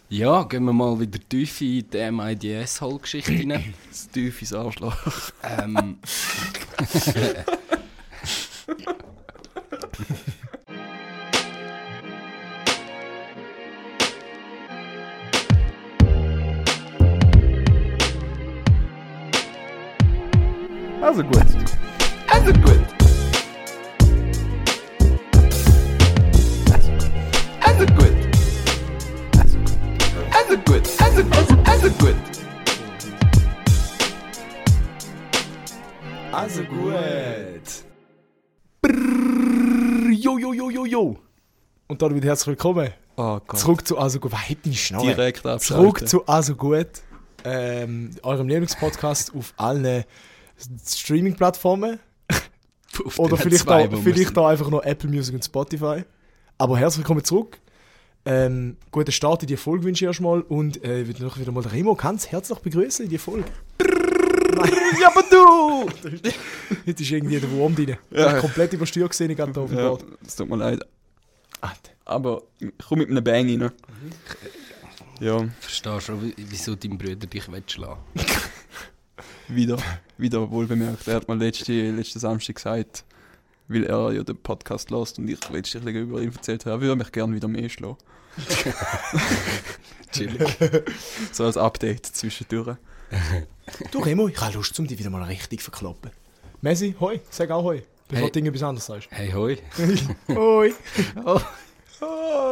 Ja, gehen wir mal wieder tief in die MIDS-Hole-Geschichte rein. Das tiefes Arschloch. Also gut. Also gut. Also gut. Also gut. Also gut. Also gut. Brrrr, jo. Und dann wieder herzlich willkommen. Oh Gott. Zurück zu Also gut. Was hat deine Schnauze? Direkt abschalten. Zurück zu Also gut. Eurem Lieblingspodcast auf allen Streaming-Plattformen. Oder vielleicht auch einfach nur Apple Music und Spotify. Aber herzlich willkommen zurück. Guten Start in die Folge wünsche ich erstmal. Und ich würde noch wieder mal den Remo ganz herzlich begrüßen in die Folge. Ja, aber du! Heute ist irgendwie der Wurm drin. Ich Ja. habe komplett übersteuert gesehen, gerade hier auf dem Ja, Board. es tut mir leid. Alter. Aber ich komme mit einem Bang rein. Ja, Verstehst schon, wieso dein Bruder dich schlagen wieder wohl bemerkt. Er hat mal letzten Samstag gesagt, weil er ja den Podcast lässt und ich letztens über ihn erzählt habe, er würde mich gerne wieder mehr schlagen. Chillig. So als Update zwischendurch. Du Remo, ich habe Lust, um dich wieder mal richtig zu verkloppen. Messi, hoi, sag auch hoi. Bevor Hey. du irgendetwas anderes sagst. Hey, hoi. Hoi. Oh. Hoi.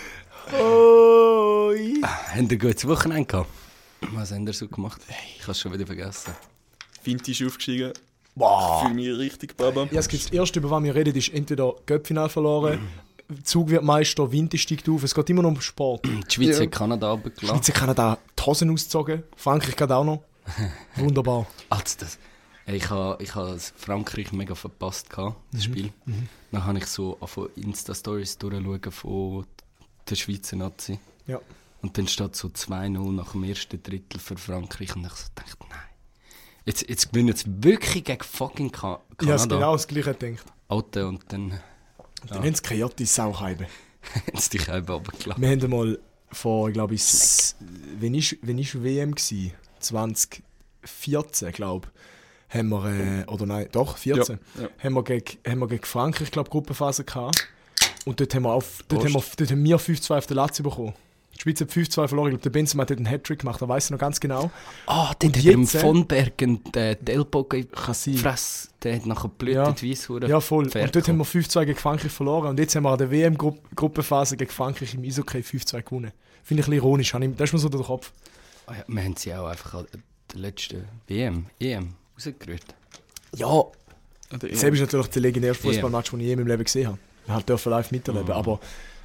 Hoi. Habt ihr ein gutes Wochenende gehabt? Was habt ihr so gemacht? Ich habe es schon wieder vergessen. Finti ist aufgestiegen. Wow. Fühle mich richtig, Baba. Ja, das erste, über was wir reden, ist entweder Göppfinal verloren, Zug wird Meister, Winter steigt auf. Es geht immer noch um Sport. Die Schweiz Ja. hat Kanada runtergelassen. Schweizer Kanada die Hosen ausgezogen. Frankreich geht auch noch. Wunderbar. Also ich habe Frankreich mega verpasst, das Spiel. Dann habe ich so von Insta-Stories durchschauen von der Schweizer Nazi. Ja. Und dann steht so 2-0 nach dem ersten Drittel für Frankreich. Und ich so dachte, nein. Jetzt gewinnen sie wirklich gegen fucking Kanada. Ich habe genau das Gleiche gedacht. Alter, und dann Und dann haben sie keine Saucheibe. haben sie dich eben runtergelassen. Wir haben mal vor, glaube ich, wenn ich WM gsi, 2014, glaube ich, haben wir, oder nein, doch, 14, Ja. haben wir gegen Frankreich, glaube ich, Gruppenphase gehabt. Und dort haben wir 5-2 auf der Lazio bekommen. Die Schweiz hat 5-2 verloren. Ich glaube, der Benzema hat einen Hattrick gemacht, da weiss ich noch ganz genau. Ah, den hat jetzt, er im von Bergen den Ellbogen Kann sein. gefressen. Der hat nachher blütend weiss Ja, voll. Und dort haben wir 5-2 gegen Frankreich verloren. Und jetzt haben wir an der WM-Gruppenphase gegen Frankreich im Eishockey 5-2 gewonnen. Finde ich ein bisschen ironisch. Das ist mir so durch den Kopf. Ah ja, wir haben sie auch einfach an der letzten WM, EM rausgerührt. Ja, selbst ist natürlich der legendärste Fußballmatch, den ich je in meinem Leben gesehen habe. Wir dürfen live miterleben. Aber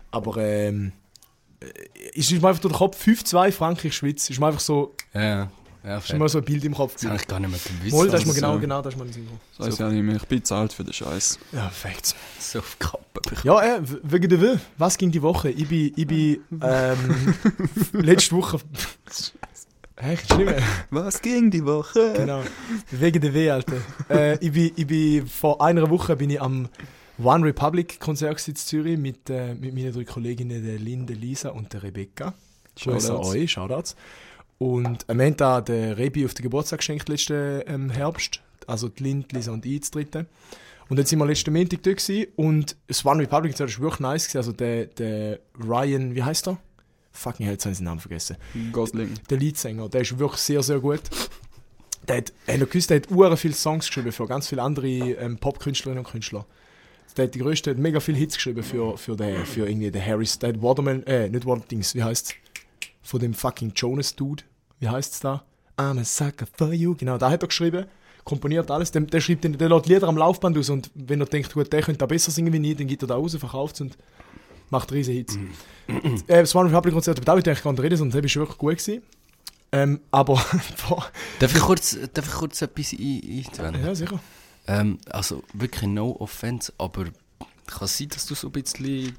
ist mir einfach durch den Kopf 5-2 Frankreich-Schweiz. Ist mir einfach so, Ja, ist mir so ein Bild im Kopf. das habe ich gar nicht mehr gewusst. Moll, das ist mir so. genau, das ist mir in den Sinn gekommen. Das weiss ich auch nicht mehr. Ich bin zu alt für den Scheiß. Ja, perfekt. so auf die Kappe bekommen. Ja, wegen der Will. Was ging die Woche? Ich bin letzte Woche... Echt schlimm. Was ging die Woche? Genau. Wegen der W, Alter. Ich bin vor einer Woche bin ich am One Republic Konzert in Zürich mit meinen 3 Kolleginnen, der Lynn, der Lisa und der Rebecca. Grüße an euch, Shoutouts. Und am Ende hat der Rebi auf den Geburtstag geschenkt letzten Herbst. Also die Lynn, die Lisa und ich, das dritte. Und jetzt sind wir letzten Montag dort gewesen. Und das One Republic Konzert war wirklich nice gewesen. Also der Ryan, wie heißt er? Fucking hell, jetzt habe ich seinen Namen vergessen. Gosling. Der Leadsänger, der ist wirklich sehr, sehr gut. Der hat sehr viele Songs geschrieben für ganz viele andere Popkünstlerinnen und Künstler. Der hat mega viele Hits geschrieben für irgendwie den Harris, der hat Waterman, nicht Waterdings, wie heißt's? Von dem fucking Jonas-Dude, wie heißt's da? I'm a sucker for you, genau, da hat er geschrieben, komponiert alles, der lässt Lieder am Laufband aus und wenn er denkt, gut, der könnte da besser singen wie ich, dann geht er da raus, verkauft und macht riesen Hits. Das One Republic Konzert, über das ich eigentlich gar nicht reden, sondern das war wirklich gut gewesen. Aber... Darf ich kurz etwas einzuwenden? ja, sicher. Also wirklich no offense, aber kann es sein, dass du so ein bisschen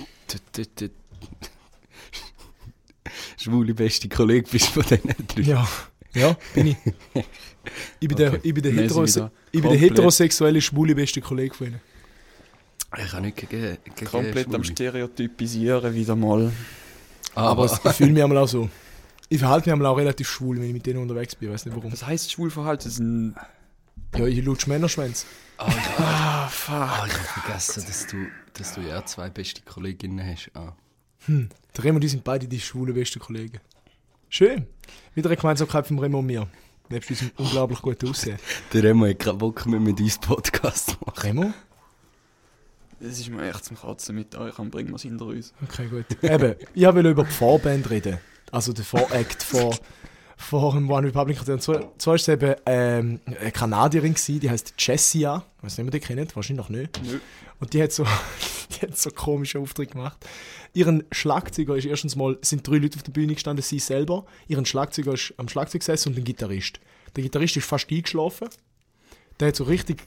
schwule beste Kollege bist von diesen 3? Ja, bin ich. Ich bin der heterosexuelle, schwule beste Kollege von ihnen. Ich habe nicht gegen Komplett am Schwule. Stereotypisieren wieder mal. Aber ich fühle mich einmal auch so. Ich verhalte mich einmal auch relativ schwul, wenn ich mit denen unterwegs bin. Ich weiß nicht warum. Was heisst Schwulverhalten? Das sind... Ja, ich lutsche Männerschwänze. Ich habe vergessen, dass du ja 2 beste Kolleginnen hast. Der Remo und ich sind beide die schwulen besten Kollegen. Schön. Wieder eine Gemeinsamkeit von Remo und mir. Nebst unserem unglaublich guten Aussehen. Der Remo hat gerade Bock mit uns Podcast zu machen. Remo? Das ist mir echt zum Kotzen mit euch, dann bringen wir es hinter uns. Okay, gut. Eben, ich wollte über die Vorband reden. Also der Voract vor dem One Republic. Und so war es eben eine Kanadierin gewesen, die heisst Jessia. Ich weiß nicht, ob ihr die kennt, wahrscheinlich noch nicht. Nö. Und die hat so komische Auftritte gemacht. Ihren Schlagzeuger ist erstens mal, sind 3 Leute auf der Bühne gestanden, sie selber. Ihren Schlagzeuger ist am Schlagzeug gesessen und ein Gitarrist. Der Gitarrist ist fast eingeschlafen. Der hat so richtig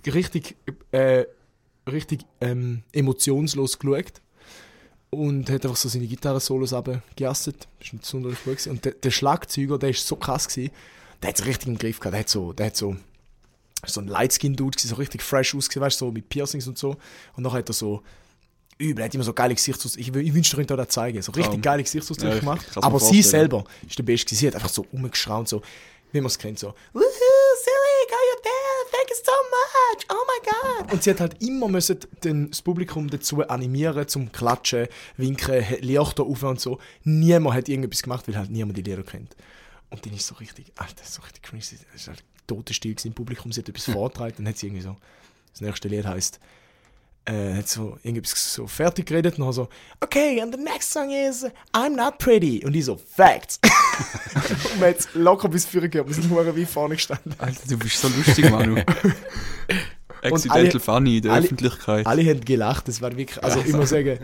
emotionslos geschaut. Und hat einfach so seine Gitarre-Solos abgejasset. Das war nicht sonderlich gut gewesen. Und der Schlagzeuger, der war so krass gewesen. Der hat es richtig im Griff gehabt. Der hat so ein Lightskin-Dude gewesen, so richtig fresh ausgesehen, weißt du, so mit Piercings und so. Und dann hat er so übel, hat immer so geile Gesichtsausdrücke. Ich wünschte, ich könnte das zeigen. So richtig geile Gesichtsausdrücke gemacht. Aber sie selber ist der Beste gewesen. Sie hat einfach so rumgeschraubt, so, wie man es kennt, so «Woohoo, silly, are you there? Thank you so much! Oh my God!» Und sie hat halt immer müssen das Publikum dazu animieren, zum Klatschen, Winken, Lichter auf und so. Niemand hat irgendetwas gemacht, weil halt niemand die Lehrer kennt. Und dann ist so richtig, Alter, so richtig crazy. Das war halt Totenstill im Publikum. Sie hat etwas vorgetragen, dann hat sie irgendwie so, das nächste Lied heisst, hat so irgendetwas so fertig geredet und dann so, okay, and the next song is I'm Not Pretty. Und ich so, Facts. Und wir haben jetzt locker bis 4 gehört, wir sind nur wie vorne gestanden. Alter, du bist so lustig, Manu. Accidental funny in der Öffentlichkeit. Alle haben gelacht, das war wirklich, also ich muss sagen,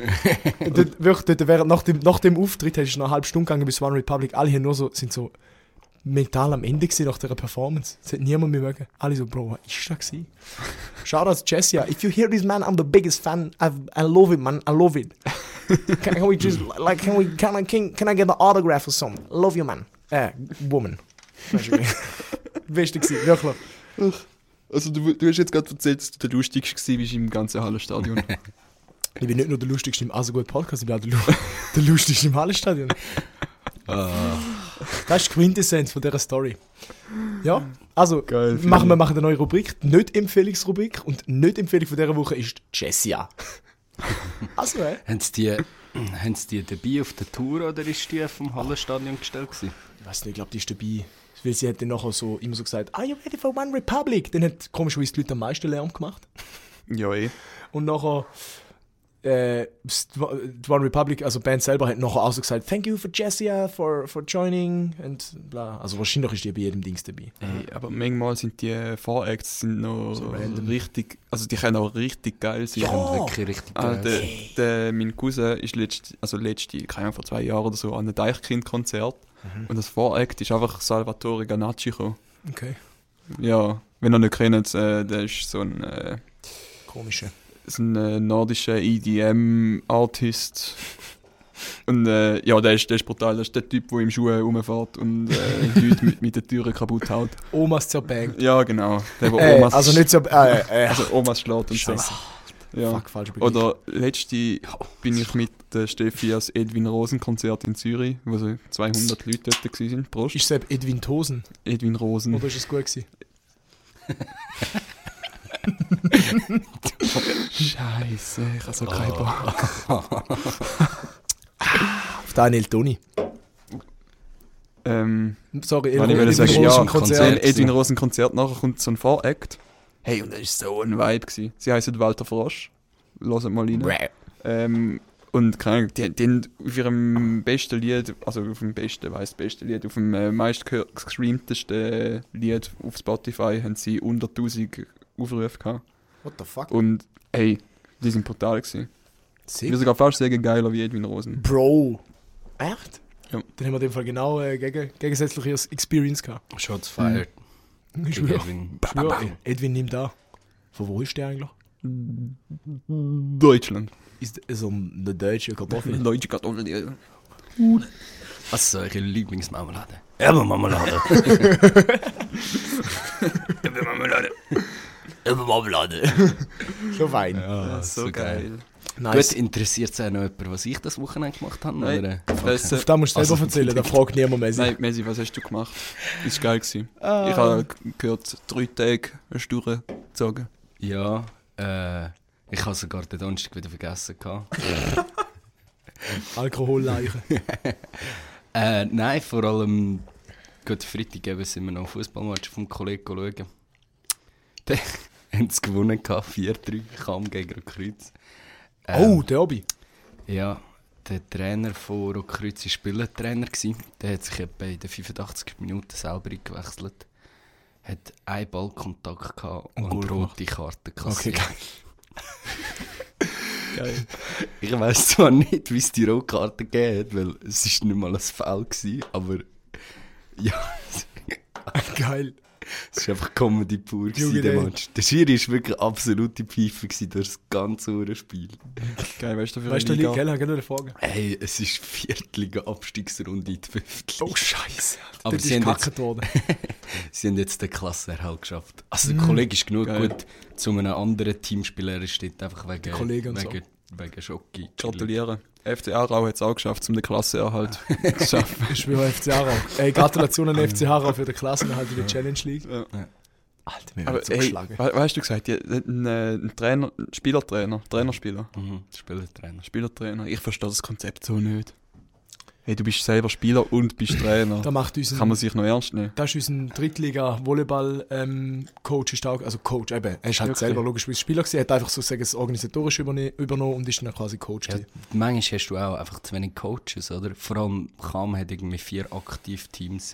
nach dem Auftritt, es ist noch eine halbe Stunde gegangen bis One Republic, alle haben nur so, sind so mental am Ende gewesen nach dieser Performance. Es hat niemand mehr mögen. Alle so, Bro, was ist das gewesen? Shoutouts Jessia. If you hear this, man, I'm the biggest fan. I love it, man. I love it. Can we just, like, can I get an autograph or something? I love you, man. Woman. Beste gewesen, wirklich. Also du hast jetzt gerade erzählt, dass du der lustigste warst im ganzen Hallenstadion. Ich bin nicht nur der lustigste im Also gut Podcast, ich bin auch der lustigste im Hallenstadion. Das ist die Quintessenz von dieser Story. Ja, also geil, machen wir eine neue Rubrik. Nicht Empfehlungsrubrik und nicht Empfehlung von dieser Woche ist Jessia. Also, Haben sie die dabei auf der Tour oder ist die vom Hallenstadion gestellt gewesen? Ich weiß nicht, ich glaube, die ist dabei. Weil sie hat dann nachher so immer so gesagt, are you ready for One Republic? Dann hat komischerweise die Leute am meisten Lärm gemacht. Ja, Und nachher die One Republic, also die Band selber, hat nachher auch so gesagt, thank you for Jessia for joining und bla. Also wahrscheinlich ist die bei jedem Dings dabei. Hey, aber manchmal sind die Voracts noch So richtig, also die können auch richtig geil sein. Die können wirklich richtig geil. Mein Cousin ist letzte, keine Ahnung, vor 2 Jahren oder so, an einem Deichkind-Konzert. Und das Voract ist einfach Salvatore Ganacci gekommen. Okay. Ja, wenn ihr nicht kennt, der ist so ein Komische. so ein nordischer EDM-Artist. Und ja, der ist brutal. Das ist der Typ, der im Schuh rumfährt und Leute mit den Türen kaputt haut. Omas zerbangt. Ja, genau. Der, wo Omas, also nicht so... also Omas schlägt und Scheiße. so. Ja. Fuck, falscher Begriff. Oder letzte bin ich mit der Steffi als Edwin Rosen-Konzert in Zürich, wo so 200 Leute dort waren. Prost. Ist es Edwin Tosen? Edwin Rosen. Oder ist es gut gewesen? Scheiße, ich habe so keinen Bock. Auf Daniel Toni. Sorry, Wenn ich will sagen, Rosen ja, Konzert. Edwin Rosen Konzert, nachher kommt so ein Voract. Hey, und das war so ein Vibe gewesen. Sie heißen Walter Frosch. Hört mal rein. Und keine Ahnung, die haben auf ihrem besten Lied, also auf dem besten, beste Lied, auf dem meistgestreamtesten Lied auf Spotify haben sie unter 1000 Aufrufe gehabt. What the fuck? Und hey, die sind brutal gewesen. Ich würde sogar fast sagen, geiler wie Edwin Rosen. Bro. Echt? Ja. Dann haben wir in dem Fall genau gegensätzliches Experience gehabt. Shots fired. Ich schwöre. Edwin. Edwin nimmt da. Von wo ist der eigentlich? Deutschland. Ist so eine deutsche Kartoffel. Deutsche Kartoffel, ja. Was ist eure Lieblingsmarmelade? Erbe-Marmelade. Erbe-Marmelade. Erbe-Marmelade. So fein. Ja, So geil. Nice. Gut, interessiert es auch noch jemand, was ich das Wochenende gemacht habe? Nein, oder? das- Auf das musst du selber erzählen, da fragt niemand mehr. Nein, Messi, was hast du gemacht? Das war geil. Gewesen. Ich habe gehört, 3 Tage hast du durchgezogen. Ja, ich habe sogar den Donnerstag wieder vergessen. Alkoholleichen. Nein, vor allem gut Freitag eben sind wir noch Fußballmatch vom Kollegen schauen. Dann haben sie gewonnen, 4-3, kam gegen Rotkreuz. Oh, Derby. Ja, der Trainer von Rotkreuz war Spielertrainer. Der hat sich etwa in den 85 Minuten selber eingewechselt. Hat einen Ballkontakt gehabt und rote Karte kassiert. Okay, geil. Ich weiss zwar nicht, wie es die rote Karte gegeben hat, weil es war nicht mal ein Foul gewesen, aber ja, Geil. es war einfach Comedy pur Junge, der ey. Match. Der Schiri war wirklich absolute Pfeife durch das ganze Spiel. Geil, weißt du, für Weißt du, eine Liga? Liga? Gell, ich habe eine Frage. Hey, es ist Viertliga-Abstiegsrunde in die Fünftliga. Oh, Scheiße. Aber Dort sie ist haben jetzt- gekackt worden. Sie haben jetzt den Klassenerhalt geschafft. Also der Kollege ist genug Geil. gut, zu einem anderen Teamspieler steht einfach wegen Kollege und so. wegen Schocki. Gratulieren. FC Aarau hat es auch geschafft, um den Klassenerhalt zu schaffen. Ich schwöre FC Aarau. Ey, Gratulation an FC Aarau für den Klassenerhalt in der Challenge League. Ja. Alter, wir Aber werden so hey, geschlagen. weißt du gesagt, ein Trainer, ein Spielertrainer, Trainerspieler, Spielertrainer. Spielertrainer. Ich verstehe das Konzept so nicht. Hey, du bist selber Spieler und bist Trainer. Da macht uns Kann man sich noch ernst nehmen? Das ist unser Drittliga-Volleyball-Coach. Also Coach, eben. Er ist halt Okay. selber logisch Spieler gewesen. Er hat einfach so sagen, das Organisatorische übernommen und ist dann quasi Coach Ja, gewesen. manchmal hast du auch einfach zu wenig Coaches, oder? Vor allem Cham hat irgendwie 4 Aktivteams.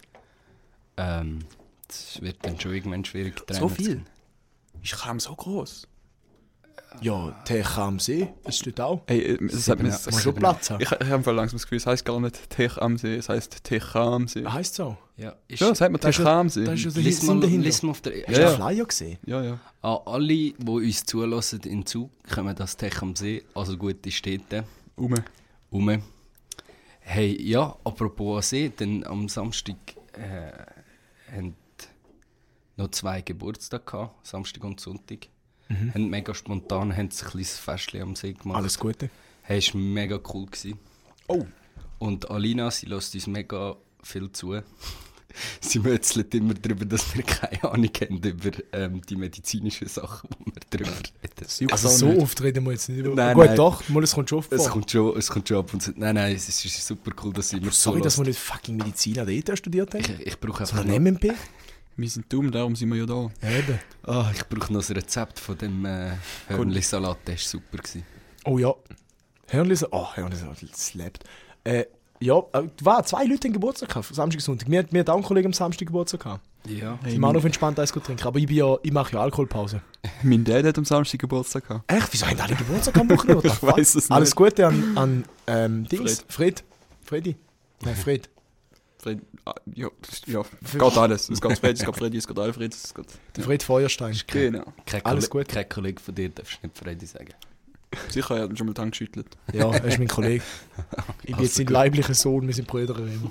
Das wird dann schon irgendwann schwierig. So Trainer zu viel? sein. Ist Cham so groß? Ja, Tech am See ist dort auch. Hey, das hat mir, Ja, Muss schon Platz haben. ich habe langsam das Gefühl, es heisst gar nicht Tech am See, es heisst Tech am See. Heisst es so? Ja, ist, Ja, sagt man Das ist Tech ja- am See. Das ist ja der lies Sinn mal, dahinter. lies mal auf der... Hast Ja, du ja. den Flyer gesehen? Ja, ja. An alle, die uns zulassen in Zug, kommen das Tech am See, also gute Städte, rum. Hey, ja, apropos an See, denn am Samstag haben noch 2 Geburtstage gehabt, Samstag und Sonntag. Haben mega spontan haben sie ein kleines Festchen am See gemacht. Alles Gute. Hey, es war mega cool. Gewesen. Oh. Und Alina, sie lässt uns mega viel zu. Sie mötzelt immer darüber, dass wir keine Ahnung haben über die medizinischen Sachen, die wir darüber reden. Also auch so nicht. oft reden wir jetzt nicht über. Nein, Gut, nein. doch, mal, es kommt schon oft Es vor. kommt schon ab und zu. Nein, es ist super cool, dass sie immer Sorry, dass zulässt. wir nicht fucking Medizin an der ETH studiert haben. Ich brauche So einfach ein noch, MMP? Wir sind dumm, darum sind wir ja da. Ja, eben. ich brauche noch ein Rezept von dem Hörnli-Salat, der war super. Gewesen. Oh ja. Hörnli-Salat. Oh, Hörnli-Salat, das lebt. Ja, 2 Leute haben Geburtstag gehabt, Samstag und Sonntag. Wir hatten auch einen Kollegen am Samstag Geburtstag gehabt. Ja. Ich mache auf entspannt Eis trinken, aber ich mache ja Alkoholpause. Mein Dad hat am Samstag Geburtstag gehabt. Echt? Wieso haben alle Geburtstag am Wochenende? Ich weiss es Alles nicht. Gute an Dings. Freddy. Nein, Fred. Fred, ja, es geht alles. Es geht Fred, es geht Freddy, es geht Alfred, es geht... Der Fred Feuerstein. Genau. Alles gut. Kein Kollege von dir darfst du nicht Freddy sagen. Sicher, er hat schon mal die Hand geschüttelt. Ja, er ist mein Kollege. Ich bin jetzt sein leiblicher Sohn, wir sind Brüder immer.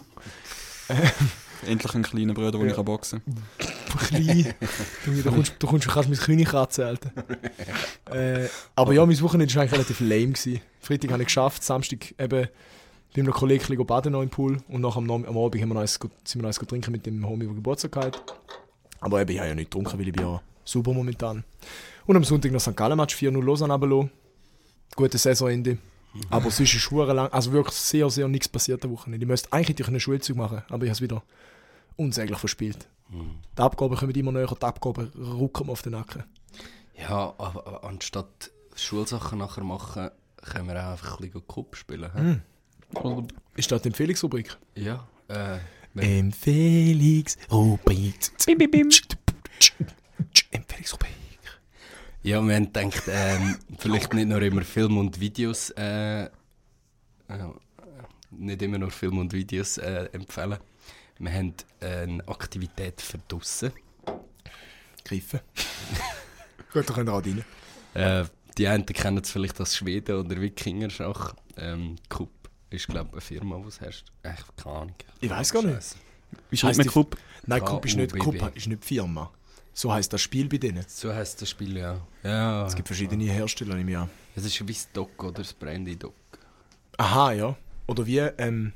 Endlich ein kleiner Bruder, den Ja. ich kann boxen Klein. Du kannst mein König kratzen, Alter. Aber ja, mein Wochenende war eigentlich relativ lame gewesen. Freitag habe ich geschafft, Samstag eben bei einem Kollegen ein bisschen baden noch im Pool und nachher am Abend sind wir noch eins trinken mit dem Homie, der Geburtstag hat. Aber eben, ich habe ja nicht getrunken, weil ich bin ja super momentan. Und am Sonntag noch St. Gallen-Match 4-0 Lausanne runtergelassen. Gutes Saisonende. Aber sonst ist es lang, also wirklich sehr, sehr nichts passiert am Wochenende. Ich müsste eigentlich einen Schulzug machen, aber ich habe es wieder unsäglich verspielt. Die Abgaben kommen immer näher, die Abgaben rücken mir auf den Nacken. Ja, aber anstatt Schulsachen nachher machen, können wir auch einfach ein bisschen Cup spielen. He? Oder Ist das die Empfehlungsrubrik? Ja, Empfehlungsrubrik. Empfehlungsrubrik. ja, wir haben gedacht, vielleicht nicht nur immer Film und Videos, nicht immer nur Film und Videos empfehlen. Wir haben eine Aktivität für draussen. Greifen. Gut, da könnt ihr auch rein. Die einen kennen es vielleicht als Schweden oder Wikingerschach. Cup ist, glaube ich, eine Firma, die es herrscht. Keine Ahnung. Ich weiss gar nicht. Scheiße. wie schreibt Heisst man die- Club? Nein, Coop ist nicht, KUBB. Coop ist nicht die Firma. So heisst das Spiel bei denen. So heisst das Spiel, ja. Ja. Es gibt verschiedene Hersteller, nehme ich an. Es ist wie das Dock oder das Brandy Dock. Aha, ja. Oder wie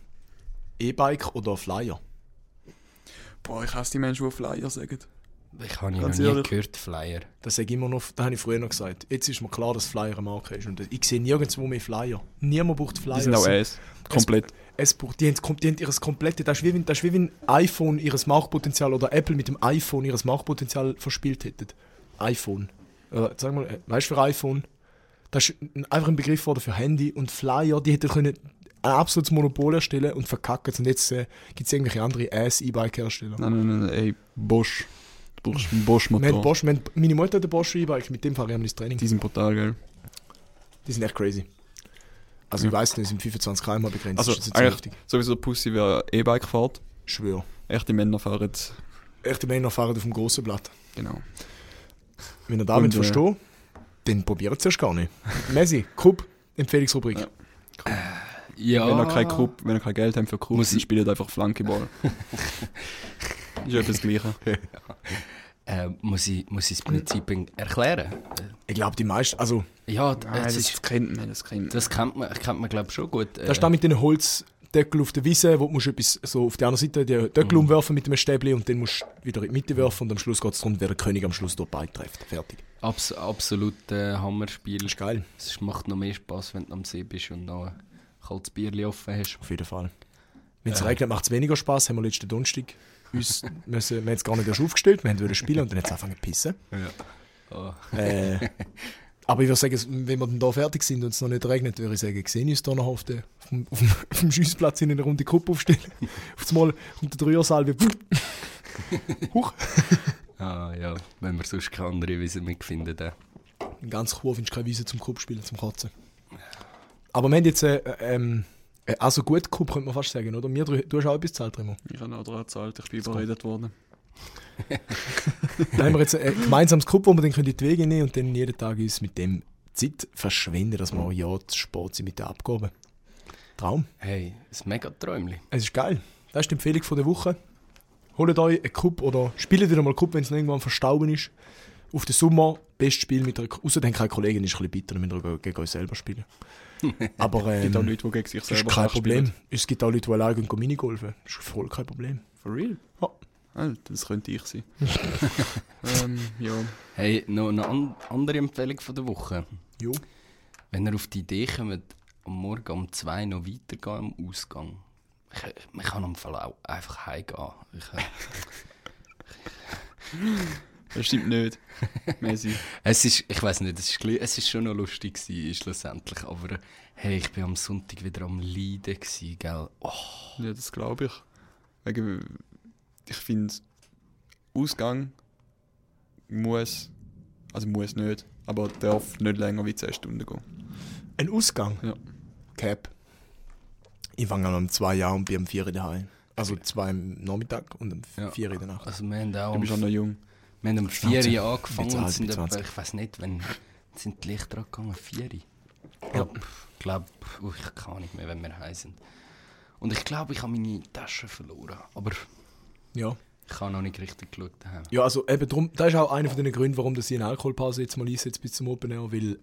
E-Bike oder Flyer. Boah, ich hasse die Menschen, die Flyer sagen. Ich habe ihn noch Ganz nie ehrlich. gehört, Flyer. Das sage ich immer noch, das habe ich früher noch gesagt. Jetzt ist mir klar, dass Flyer eine Marke ist. Und ich sehe nirgendwo mehr Flyer. Niemand braucht Flyer. Die sind auch komplett. Die haben ihres komplette, das ist wie wenn ein iPhone ihres Marktpotenzial oder Apple mit dem iPhone ihres Marktpotenzial verspielt hätten. iPhone. Sag mal, weißt du für iPhone? Das ist einfach ein Begriff für Handy und Flyer, die hätten können ein absolutes Monopol erstellen und verkacken. Und jetzt gibt es irgendwelche andere E-Bike-Hersteller. Nein, ey, Bosch. Du brauchst einen Bosch-Motor. Meine Mutter hat ein Bosch E-Bike, mit dem fahre ich am Training. Die sind brutal, gell? Die sind echt crazy. Also ich weiss nicht, sind 25 km begrenzt. Also das ist eigentlich heftig. sowieso Pussy, wer E-Bike fährt. Schwör. Echte Männer fahren. Echte Männer fahren auf dem grossen Blatt. Genau. Wenn ihr damit versteht, dann probiert es erst gar nicht. Messi, Kup, Empfehlungsrubrik. Ja. Ja. Wenn ihr kein Geld habt für Kup, dann spielt einfach Flankeball. Ist ja das Gleiche. Muss ich das Prinzip erklären? Ich glaube, die meisten, also Ja, das kennt man. das kennt man glaube ich, schon gut. das ist da mit den Holzdeckel auf der Wiese, wo du musst etwas so auf der anderen Seite die Deckel umwerfen mit einem Stäbli und dann musst du wieder in die Mitte werfen und am Schluss geht es darum, wer der König am Schluss dort beitrifft. Fertig. Absolut Hammerspiel. Das ist geil. Es macht noch mehr Spass, wenn du am See bist und noch ein kaltes Bierchen offen hast. Auf jeden Fall. Wenn es regnet, macht es weniger Spass. Haben wir letzten Donnerstag wir haben es gar nicht erst aufgestellt, wir wollten spielen und dann hat es angefangen zu pissen. Ja. Oh. Aber ich würde sagen, wenn wir dann hier fertig sind und es noch nicht regnet, würde ich sagen, sehen wir uns hier noch auf dem Schiessplatz in einer Runde Kupp aufstellen. Auf das Mal kommt der Dreiersalbe. Huch. Ah ja, wenn wir sonst keine andere Wiese mitfinden. In ganz Chur findest du keine Wiese zum Kupp spielen, zum Kotzen. Aber wir haben jetzt also gut Kupp, könnte man fast sagen, oder? Du hast auch etwas gezahlt, Remo. Ich habe auch daran gezahlt, ich bin überredet worden. Da haben wir jetzt ein gemeinsames Kupp, wo wir dann in die Wege nehmen und dann jeden Tag uns mit dem Zeit verschwenden, dass wir ja das Sport sind mit den Abgaben. Traum. Hey, ein mega Träumchen. Es ist geil. Das ist die Empfehlung von der Woche. Holt euch einen Cup oder spielt wieder mal Cup, wenn es noch irgendwann verstauben ist. Auf den Sommer, bestes Spiel mit einer... Außerdem keine Kollegin ist ein bisschen bitter, dann müsst ihr gegen euch selber spielen. Aber Es gibt auch Leute, die gegen sich das ist selber kein spielen. Problem. Es gibt auch Leute, die alleine Minigolfen. Das ist voll kein Problem. For real? Ja. Alter, das könnte ich sein. Ja. Hey, noch eine andere Empfehlung von der Woche. Jo. Wenn ihr auf die Idee kommt, am Morgen um 2 noch weitergehen im Ausgang. Man kann am Fall auch einfach heimgehen. Das stimmt nicht. Messi. Ich weiss nicht, es ist schon noch lustig gewesen, schlussendlich. Aber hey, ich war am Sonntag wieder am Leiden gewesen, gell? Oh. Ja, das glaube ich. Ich finde, Ausgang muss nicht, aber darf nicht länger wie 10 Stunden gehen. Ein Ausgang? Ja. Cap. Ich fange an um 2 Jahren und bin um 4 Uhr daheim. Also 2 am Nachmittag und um 4 Uhr in der Nacht. Also wir haben auch Du bist auch noch jung. wir haben um 4 Uhr angefangen und Bezahlt, sind bezahlt. etwa, ich weiss nicht, wann sind die Lichter angegangen? 4 Uhr? Ja. Ich glaube, ich kann nicht mehr, wenn wir heim sind. Und ich glaube, ich habe meine Tasche verloren. Aber Ja. ich habe noch nicht richtig geschaut daheim. Ja, also eben drum, das ist auch einer von den Gründen, warum ich eine Alkoholpause jetzt mal einsetze bis zum Open Air, weil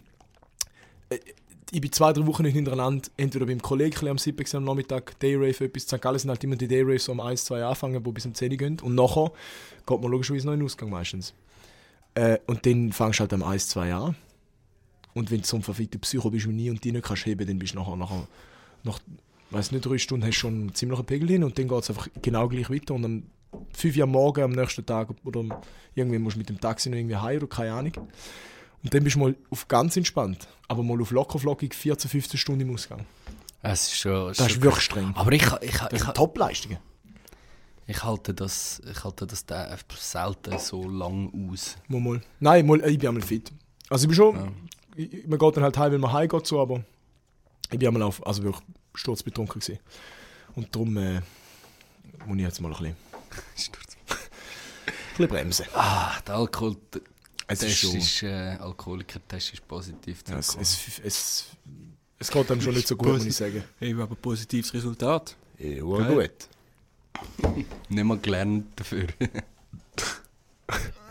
ich bin 2-3 Wochen nicht hintereinander, entweder beim Kollegen am 7 am Nachmittag, Dayrave, etwas, St. Gallen sind halt immer die Dayraves so um 1-2 anfangen, die bis um 10 gehen und nachher geht man logischerweise noch in den Ausgang meistens. Und dann fängst du halt am 1-2 an und wenn du so ein verfickter Psycho bist wie nie und die nicht kannst heben, dann bist du nachher nach weiss nicht, 3 Stunden hast du schon einen ziemlichen Pegel hin und dann geht es einfach genau gleich weiter und am 5 Uhr am Morgen, am nächsten Tag oder irgendwie musst du mit dem Taxi noch irgendwie heim oder keine Ahnung. Und dann bist du mal auf ganz entspannt, aber mal auf lockerflockig 14, 15 Stunden im Ausgang. Es ist schon, Das ist wirklich streng. aber ich Das sind Top-Leistungen. Ich halte das da selten so lang aus. Mal. Nein, ich bin einmal fit. Also ich bin schon, man geht dann halt heim, wenn man heim geht, so, aber ich bin einmal also wirklich sturzbetrunken gewesen. Und darum muss ich jetzt mal ein bisschen bremsen. Der Alkohol... Es ist schon... Alkoholiker-Test ist positiv. Ja, es geht einem schon nicht so gut, muss ich sagen. Hey, aber ein positives Resultat. Ja, Geil. gut. Nicht mal gelernt dafür.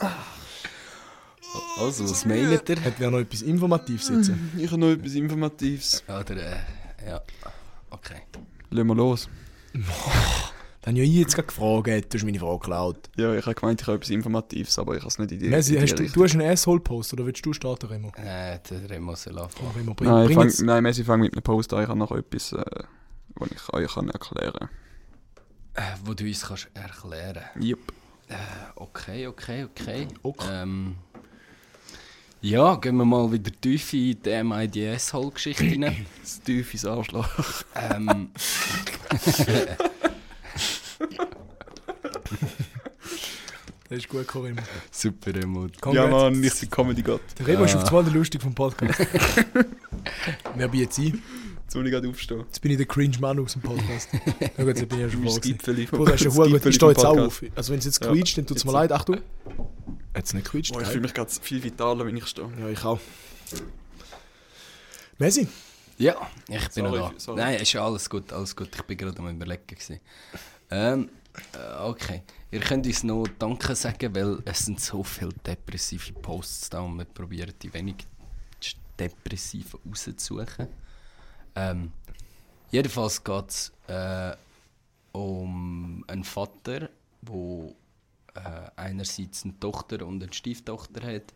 Also, was meint ihr? Hat wer noch etwas Informatives sitzen? Ich habe noch etwas Informatives. Oder, ja, okay. Lassen wir los. Dann habe ich jetzt gerade gefragt, du hast meine Frage geklaut. Ja, ich habe gemeint, ich habe etwas Informatives, aber ich habe es nicht in die Messi, Richtung. du hast einen Asshole-Post, oder willst du starten, Remo? Der Remo soll anfangen. Remo, Nein, Messi, fang mit einem Post an. Ich habe noch etwas, was ich euch erklären kann. Wo du uns kannst erklären. Jupp. Okay. Ja, gehen wir mal wieder tief in die MIDS-Hole-Geschichte rein. Das tiefes Arschloch. Das ist gut, Remo. Super, Remo. Ja, Mann, ich bin Comedy-Gott. Der Remo ist auf einmal der Lustig vom Podcast. Wer bin jetzt ein? Jetzt will ich gerade aufstehen. Jetzt bin ich der Cringe-Mann aus dem Podcast. Ja gut, jetzt bin ich ja schon Das voll gewesen. Gipfeli vom Bruder, ist ja gut. Ich stehe jetzt auch auf. Also wenn es jetzt Ja. quietscht, dann tut es mir leid. Achtung. Hat es nicht quietscht? Oh, ich fühle mich gerade viel vitaler, wenn ich stehe. Ja, ich auch. Messi? Ja, ich bin noch da. Sorry. Nein, ist ja alles gut. Ich bin gerade am Überlegen gewesen. Okay. Ihr könnt uns noch Danke sagen, weil es sind so viele depressive Posts da und wir probieren die wenig depressiven rauszusuchen. Jedenfalls geht es um einen Vater, der einerseits eine Tochter und eine Stieftochter hat.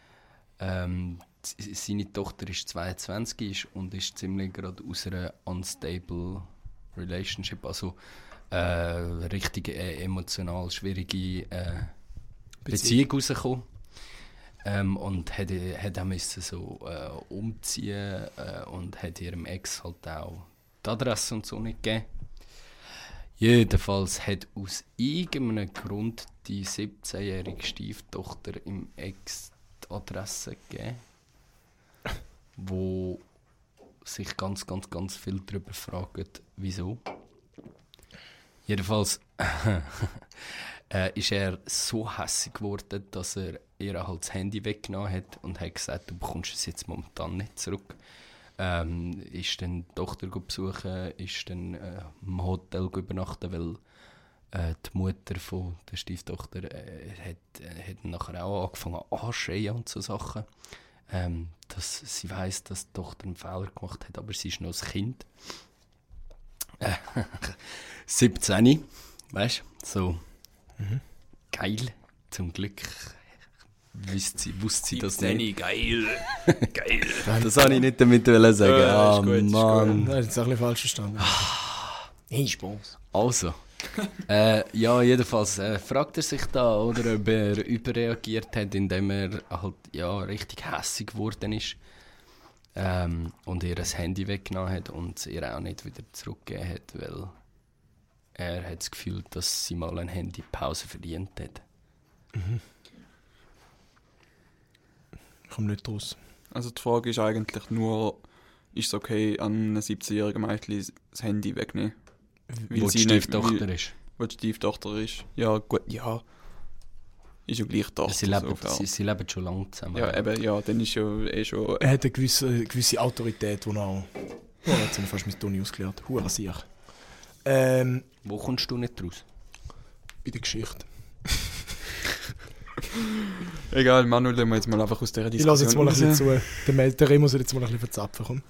Seine Tochter ist 22 und ist ziemlich gerade aus einer unstable Relationship, also richtig emotional schwierige Beziehung rausgekommen. Und hat auch müssen so umziehen und hat ihrem Ex halt auch die Adresse und so nicht gegeben. Jedenfalls hat aus irgendeinem Grund die 17-jährige Stieftochter im Ex die Adresse gegeben, wo sich ganz viel darüber fragt, wieso. Jedenfalls ist er so hässig geworden, dass er ihr halt das Handy weggenommen hat und hat gesagt, du bekommst es jetzt momentan nicht zurück. Ist dann die Tochter besuchen, ist dann im Hotel übernachten, weil die Mutter von der Stieftochter hat nachher auch angefangen anzuschreien und so Sachen. Dass sie weiss, dass die Tochter einen Fehler gemacht hat, aber sie ist noch ein Kind. 17, weißt du, so geil, zum Glück wusste sie das nicht. Geil. Das wollte ich nicht damit sagen. Ja, ist gut, Nein, das ist ein bisschen falsch verstanden. Hey, Spaß. Also, ja, jedenfalls fragt er sich da, oder ob er überreagiert hat, indem er halt ja, richtig hässig geworden ist und ihr das Handy weggenommen hat und es ihr auch nicht wieder zurückgegeben hat, weil er hat das Gefühl, dass sie mal eine Handypause verdient hat. Ich komme nicht raus. Also die Frage ist eigentlich nur, ist es okay, an einem 17-jährigen Mädchen das Handy wegnehmen? Wo die Stieftochter ist. Wo die Stieftochter ist. Ja, gut, ja. Ist ja gleich Tochter. Sie leben schon lange zusammen. Ja, eben, ja, dann ist ja schon... Er hat eine gewisse Autorität, die auch... Oh, jetzt habe ich fast mit Toni ausgelernt. Hure sicher. Wo kommst du nicht raus? Bei der Geschichte. Egal, Manuel, lassen wir jetzt mal einfach aus dieser Ich Diskussion lasse jetzt mal ein bisschen raus. zu. Der Remo soll jetzt mal ein bisschen verzapfen. Komm.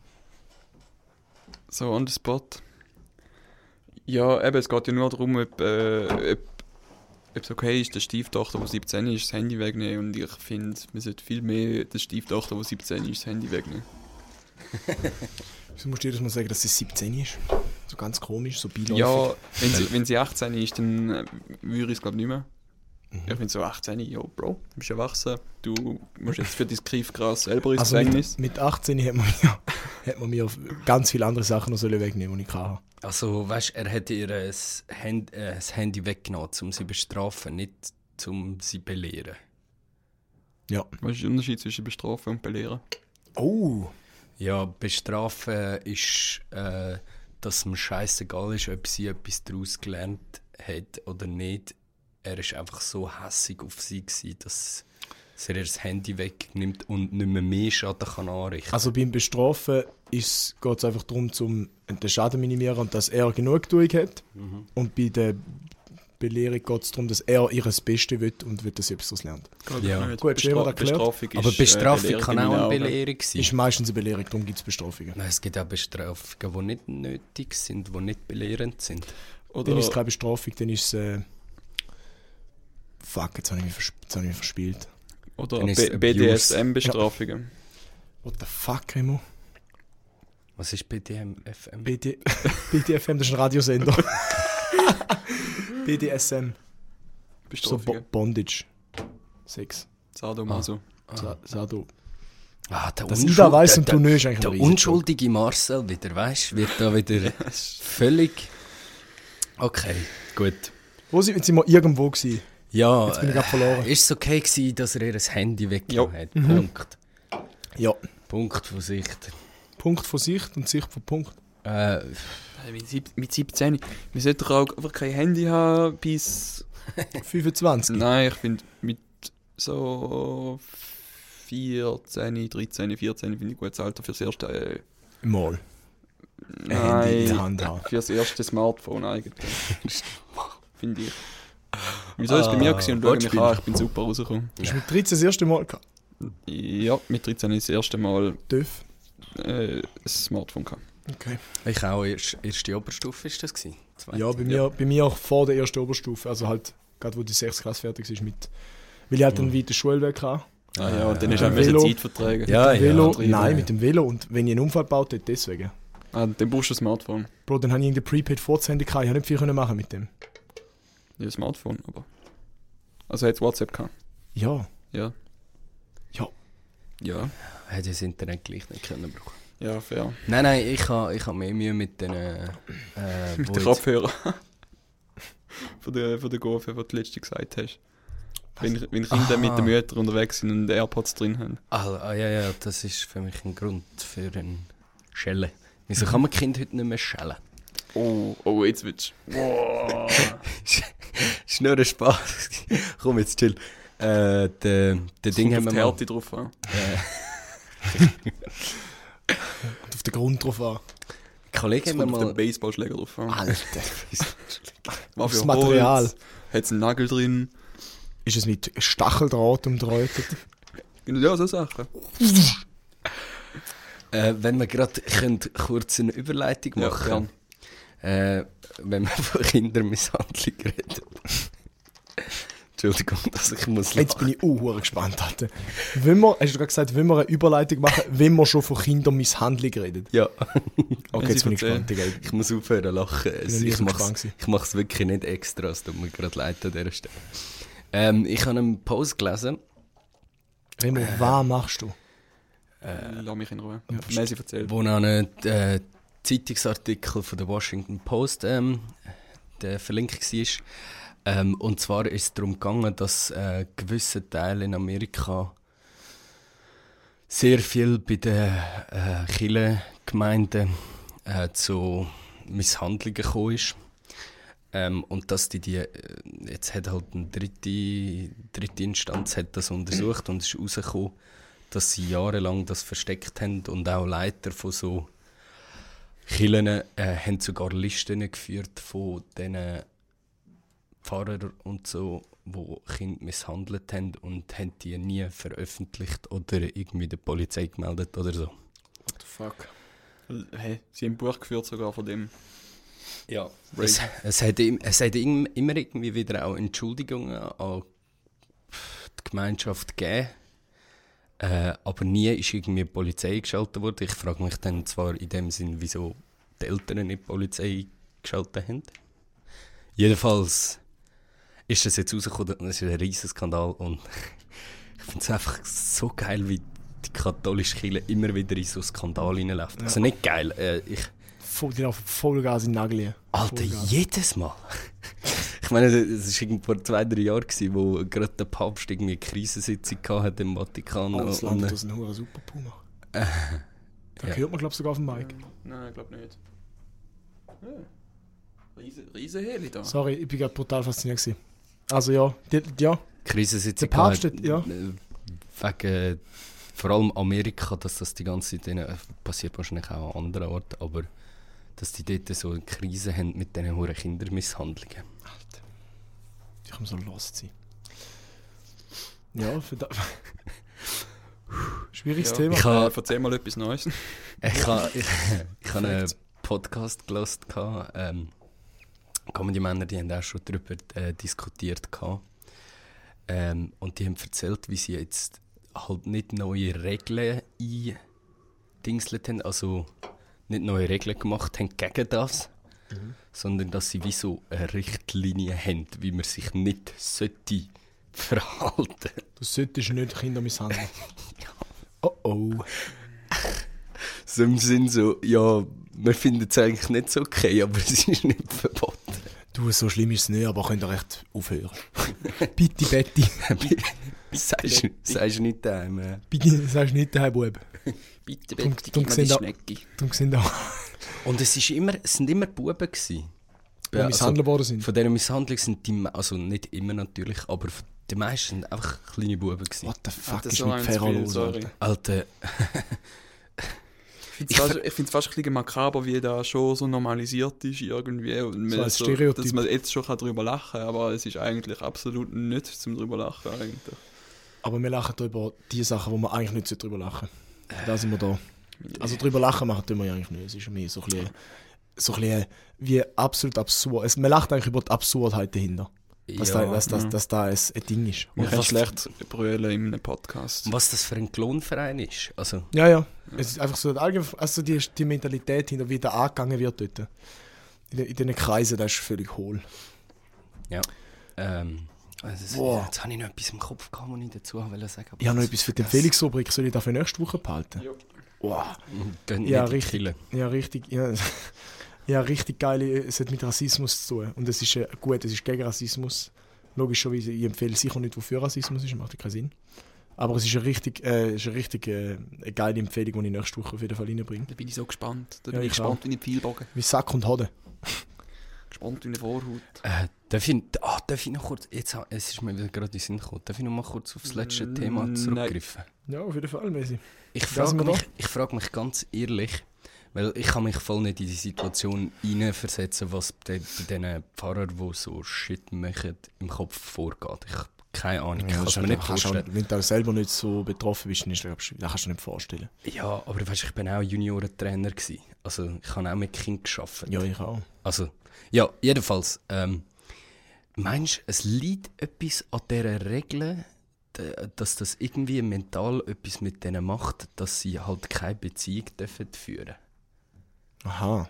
So, on the spot. Ja, eben, es geht ja nur darum, ob es okay ist, der Stieftochter, die 17 ist, das Handy wegnehmen. Und ich finde, man sollte viel mehr der Stieftochter, die 17 ist, das Handy wegnehmen. Wieso musst du jedes Mal sagen, dass sie 17 ist? So ganz komisch, so beiläufig. Ja, wenn sie 18 ist, dann würde ich es glaube nicht mehr. Ich finde so 18, ja, Bro, du bist erwachsen, du musst jetzt für dein Griffgras selber ins Also Gefängnis. mit 18 hat man mir ganz viele andere Sachen noch wegnehmen, die ich hatte. Also, weißt, er hat ihr das Handy weggenommen, um sie zu bestrafen, nicht um sie zu belehren. Ja. Was ist der Unterschied zwischen bestrafen und belehren? Oh! Ja, bestrafen ist, dass ihm scheißegal ist, ob sie etwas daraus gelernt hat oder nicht. Er war einfach so hässig auf sie, dass er ihr das Handy wegnimmt und nicht mehr Schaden kann anrichten. Also beim Bestrafen geht es einfach darum, den Schaden zu minimieren und dass er Genugtuung hat. Und bei der Belehrung geht es darum, dass er ihr das Beste will und will, dass sie etwas daraus lernt. Ja. Gut, Schema erklärt. Aber Bestrafung kann auch eine Belehrung sein. Ist meistens eine Belehrung, darum gibt es Bestrafungen. Nein, es gibt auch Bestrafungen, die nicht nötig sind, die nicht belehrend sind. Oder Dann ist es keine Bestrafung, dann ist es... Fuck, jetzt habe ich mich verspielt. oder Dann ist es Abuse. BDSM-Bestrafungen. What the fuck, Remo? Was ist BDM-FM? BDFM, das ist ein Radiosender. BDSM. So Bestrafungen. Bondage. Sex. Sadomaso. Sado. Der Dass ich da weiss und du nicht, ist eigentlich der ein Risiko. unschuldige Marcel wieder, weißt du, wird da wieder völlig... Okay, gut. Wo sind wir irgendwo gewesen? Ja, Jetzt bin ich gerade verloren. ist es okay gewesen, dass er ihr Handy weggenommen hat? Mhm. Punkt. Ja. Punkt von Sicht. Punkt von Sicht und Sicht von Punkt. Mit 17. Wir sollten doch auch einfach kein Handy haben bis... 25. Nein, ich finde mit so 14, 13, 14 finde ich gutes Alter fürs erste... Mal. Ein Handy in der Nein, Hand haben. fürs erste Smartphone eigentlich. Finde ich. Wieso ist es bei mir gewesen und schau mich an, ich bin super rausgekommen. Hast du mit 13 das erste Mal gehabt? Ja, mit 13 ist das erste Mal Dürf. ein Smartphone gehabt. Okay. Ich auch, erste Oberstufe ist das gewesen? Zweite? Ja, bei mir auch vor der ersten Oberstufe. Also halt, gerade wo die 6. Klasse fertig ist mit... Weil ich halt dann weiter Schulweg hatte. Ah ja, und dann hast du mit auch dem Velo. Zeit vertragen. Ja, Mit dem Velo, treiben. nein, mit dem Velo. Und wenn ich einen Unfall gebaut hätte, deswegen. Ah, dann brauchst du ein Smartphone. Bro, dann habe ich irgendein Prepaid Vorzehandy gehabt. Ich habe nicht viel können machen mit dem. Ja, ein Smartphone, aber... Also hat es WhatsApp gehabt? Ja. Ja. Ja. Ja. Hätte das Internet gleich nicht können brauchen. Ja, fair. Nein, ich habe mehr Mühe mit den... Mit wo den jetzt- Kopfhörern. von der Gofe, die du letzte gesagt hast. Wenn Kinder Aha. mit den Müttern unterwegs sind und AirPods drin haben. Ja, das ist für mich ein Grund für ein Schellen. Wieso kann man Kind heute nicht mehr schellen? Oh, jetzt wird's. Wow. Ist nur ein Spaß. Komm, jetzt chill. Der Ding haben Kommt wir auf die mal... Härte drauf an. Und auf den Grund drauf an. Kollege Es haben wir kommt auf den mal... Baseballschläger drauf an. Alter. Was Aufs für Material. Hat es einen Nagel drin? Ist es mit Stacheldraht umdrahtet? Ja, so Sachen. wenn wir gerade kurz eine Überleitung Ja, machen wenn wir von Kindermisshandlung reden. Entschuldigung, dass ich muss Jetzt bin ich gespannt. Alter. Hast du gerade gesagt, wenn wir eine Überleitung machen, wenn wir schon von Kindermisshandlung reden? Ja, Okay, jetzt bin ich gespannt. Digga. ich muss aufhören lachen. bin noch nie Ich so mache gespannt es gewesen. wirklich nicht extra, es tut mir gerade leid an dieser Stelle. Ich habe einen Post gelesen. Remo, was machst du? Lass mich in Ruhe. Ja, Messi erzählt. Wo noch ein Zeitungsartikel von der Washington Post der verlinkt war. Und zwar ist es darum gegangen, dass gewisse Teile in Amerika sehr viel bei den Kirchengemeinden zu Misshandlungen gekommen ist. Und dass jetzt hat halt eine dritte Instanz hat das untersucht und es ist herausgekommen, dass sie jahrelang das versteckt haben und auch Leiter von so Kirchen haben sogar Listen geführt von diesen Pfarrern und so, die Kinder misshandelt haben und haben die nie veröffentlicht oder irgendwie der Polizei gemeldet oder so. What the fuck? Hey, sie haben ein Buch geführt sogar von dem. Ja. Es hat immer irgendwie wieder auch Entschuldigungen an die Gemeinschaft gegeben. Aber nie ist irgendwie die Polizei geschaltet worden. Ich frage mich dann zwar in dem Sinn, wieso die Eltern nicht die Polizei geschaltet haben. Jedenfalls ist das jetzt rausgekommen, das ist ein riesen Skandal und ich finde es einfach so geil, wie die katholische Kirche immer wieder in so Skandal reinläuft. Ja. Also nicht geil, Die laufen Vollgas in den Nagel. Alter, Vollgas. jedes Mal. Ich meine, das war vor 2-3 Jahren, wo gerade der Papst irgendwie eine Krisensitzung hatte im Vatikan. Oh, das und, Land, das ist ein hoher super Puma. Da ja. hört man, glaube ich, sogar auf dem Mic. Nein, ich glaube nicht. Riesen Heli da. Sorry, ich bin gerade brutal fasziniert gewesen. Also ja, ja. Krisensitzung Der Papst hatte, hat- ja. Wegen vor allem Amerika, dass das die ganze Zeit passiert wahrscheinlich auch an anderen Orten, aber dass die dort so eine Krise haben mit diesen hohen Kindermisshandlungen. Ich muss so lost sein. Ja, schwieriges Thema. Erzähl mal etwas Neues. Ich habe einen Podcast gehört. Comedy-Männer, die haben auch schon darüber diskutiert. Und die haben erzählt, wie sie jetzt halt nicht neue Regeln eindingselt haben, also nicht neue Regeln gemacht haben gegen das, sondern dass sie wie so eine Richtlinie haben, wie man sich nicht sollte verhalten. Du solltest nicht Kinder misshandeln. Oh. So im Sinn so, ja, wir finden es eigentlich nicht so okay, aber es ist nicht verboten. Du, so schlimm ist es nicht, aber könnt ihr echt aufhören. Bitte, Betty. Sagst du nicht daheim? Bitte, sagst du nicht daheim, Bub. Bitte, Betty, gib mir die Schnecke. Und es sind immer Buben gewesen. Die misshandelt worden sind. Von dieser Misshandlung sind die, also nicht immer natürlich, aber die meisten sind einfach kleine Buben gewesen. What the fuck ist mit Ferro los, Alter. Ich finde es fast ein bisschen makaber, wie das schon so normalisiert ist irgendwie. Und so als Stereotyp. Dass man jetzt schon darüber lachen kann, aber es ist eigentlich absolut nicht zum drüber lachen eigentlich. Aber wir lachen über die Sachen, wo wir eigentlich nicht drüber lachen sollten. Da sind wir da. Also drüber lachen machen tun wir ja eigentlich nicht. Es ist mehr so ein bisschen wie absolut absurd. Man lacht eigentlich über die Absurdheit dahinter. Dass da ein Ding ist. Man kann schlecht brüllen in einem Podcast. Was das für ein Klonverein ist. Also. Ja. Es ist einfach so also die Mentalität hinter, wie da angegangen wird dort. In diesen Kreisen, das ist völlig hohl. Ja. Jetzt habe ich noch etwas im Kopf gehabt, was ich dazu sagen wollte. Ich habe noch etwas für die Empfehlungsrubrik. Soll ich das für nächste Woche behalten? Ja. Wow. Ja, richtig. Ja, richtig geil. Es hat mit Rassismus zu tun. Und es ist gut, es ist gegen Rassismus. Logischerweise, ich empfehle sicher nicht, wofür Rassismus ist, macht ja keinen Sinn. Aber es ist eine richtig geile Empfehlung, die ich nächste Woche auf jeden Fall reinbringe. Da bin ich so gespannt. Da bin ich gespannt wie ein Pfeilbogen. Wie Sack und Hoden. Gespannt wie eine Vorhaut. Darf ich noch kurz, es ist mir wieder gerade in den Sinn gekommen, darf ich noch mal kurz auf das letzte Thema zurückgreifen? Ja, auf jeden Fall, Messi. Ich frage mich ganz ehrlich, weil ich kann mich voll nicht in die Situation hineinversetzen, was bei diesen Pfarrern, die so Shit machen, im Kopf vorgeht. Ich habe keine Ahnung, ich kann es mir nicht vorstellen. Wenn du auch selber nicht so betroffen bist, das kannst du dir nicht vorstellen. Ja, aber weißt, ich bin auch Juniorentrainer gewesen. Also ich habe auch mit Kindern gearbeitet. Ja, ich auch. Also, ja, jedenfalls. Meinst du, es liegt etwas an dieser Regel, dass das irgendwie mental etwas mit denen macht, dass sie halt keine Beziehung dürfen führen? Aha.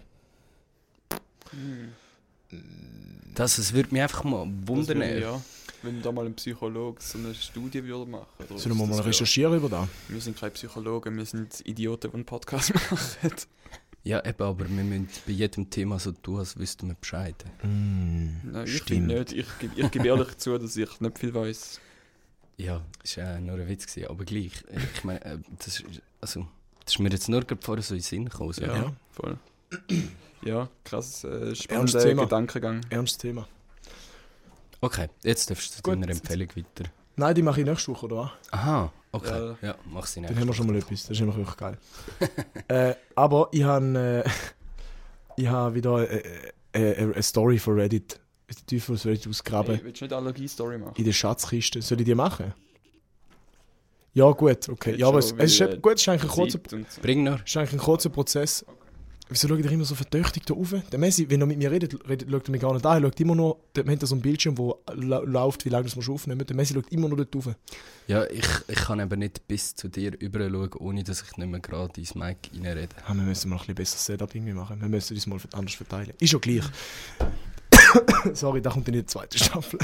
Es würde mich einfach mal wundern. Wenn da mal ein Psychologe so eine Studie würde machen. Sollen wir mal recherchieren über das? Wir sind keine Psychologen, wir sind Idioten, die einen Podcast machen. Ja, eben, aber wir müssen bei jedem Thema so tun, als wüssten wir Bescheid. Nein, ich finde nicht. Ich gebe ehrlich zu, dass ich nicht viel weiss. Ja, das war nur ein Witz, aber gleich. Ich meine, das ist mir jetzt nur vorher so in den Sinn gekommen. So. Ja, voll. Ja, krass, spannender Gedankengang. Ernstes Thema. Okay, jetzt darfst du zu deiner Empfehlung weiter. Nein, die mache ich nächste Woche, oder? Aha, okay. Ja, mach sie nicht. Dann haben wir schon mal etwas, das ist immer wirklich geil. Aber ich habe wieder eine Story von Reddit. Die Teufel aus Reddit ausgraben. Hey, willst du nicht eine Allergie-Story machen? In der Schatzkiste. Soll ich die machen? Ja, gut, okay. Ja, aber es ist eigentlich ein kurzer Bring nur. Es ist eigentlich ein kurzer Prozess. Wieso schaut ihr immer so verdächtig da rauf? Der Messi, wenn er mit mir redet, schaut er mich gar nicht an. Er schaut immer nur, wir haben da so einen Bildschirm, wo läuft, wie lange wir schon aufnehmen. Der Messi schaut immer nur dort rauf. Ja, ich kann eben nicht bis zu dir rüber schauen, ohne dass ich nicht mehr gerade ins Mic reinrede. Ja, wir müssen mal ein bisschen besseres Setup irgendwie machen. Wir müssen uns mal anders verteilen. Ist ja gleich. Sorry, da kommt dann die zweite Staffel.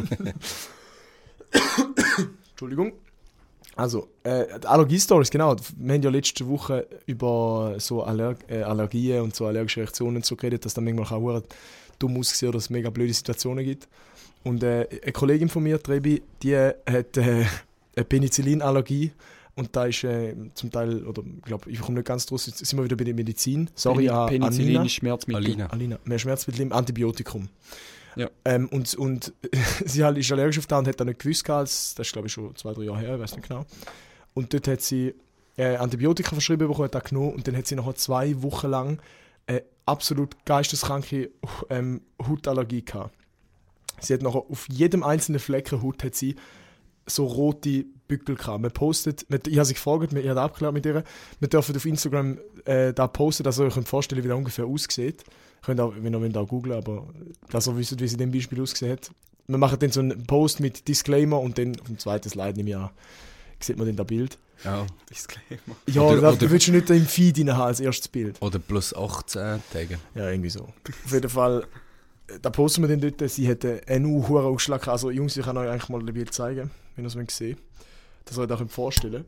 Entschuldigung. Also, die Allergie-Stories, genau. Wir haben ja letzte Woche über so Allergien und so allergische Reaktionen und so geredet, dass das manchmal auch dumm aussieht oder es mega blöde Situationen gibt. Und eine Kollegin von mir, Trebi, die hat eine Penicillinallergie. Und da ist zum Teil, oder ich glaube, ich komme nicht ganz draus, jetzt sind wir wieder bei der Medizin. Sorry, Penicillin ist Schmerzmittel. Alina. Mehr Schmerzmittel im Antibiotikum. Ja. Und sie ist allergisch auf das und hat das nicht gewusst, das ist glaube ich schon 2-3 Jahre her, ich weiß nicht genau. Und dort hat sie Antibiotika verschrieben bekommen, hat das genommen und dann hat sie nachher 2 Wochen lang eine absolut geisteskranke Hautallergie gehabt. Sie hat nachher auf jedem einzelnen Flecken Haut hat sie so rote Bückel gehabt. Man postet, ich habe sie gefragt, ich habe abgeklärt mit ihr, wir dürfen auf Instagram da posten, dass ihr euch vorstellen könnt, wie das ungefähr aussieht. Ihr könnt auch, wenn ihr auch googlen, aber dass ihr wisst, wie sie in dem Beispiel ausgesehen hat. Wir machen dann so einen Post mit Disclaimer und dann auf dem zweiten Slide nehme ich an, sieht man dann das Bild. Ja. Disclaimer. Ja, du willst du nicht im Feed rein haben als erstes Bild. Oder plus 18 Tage. Ja, irgendwie so. Auf jeden Fall, da posten wir dann dort, sie hat einen hohen Ausschlag gehabt. Also Jungs, ich kann euch eigentlich mal ein Bild zeigen, wenn ihr es sehen. Das ihr euch auch vorstellen.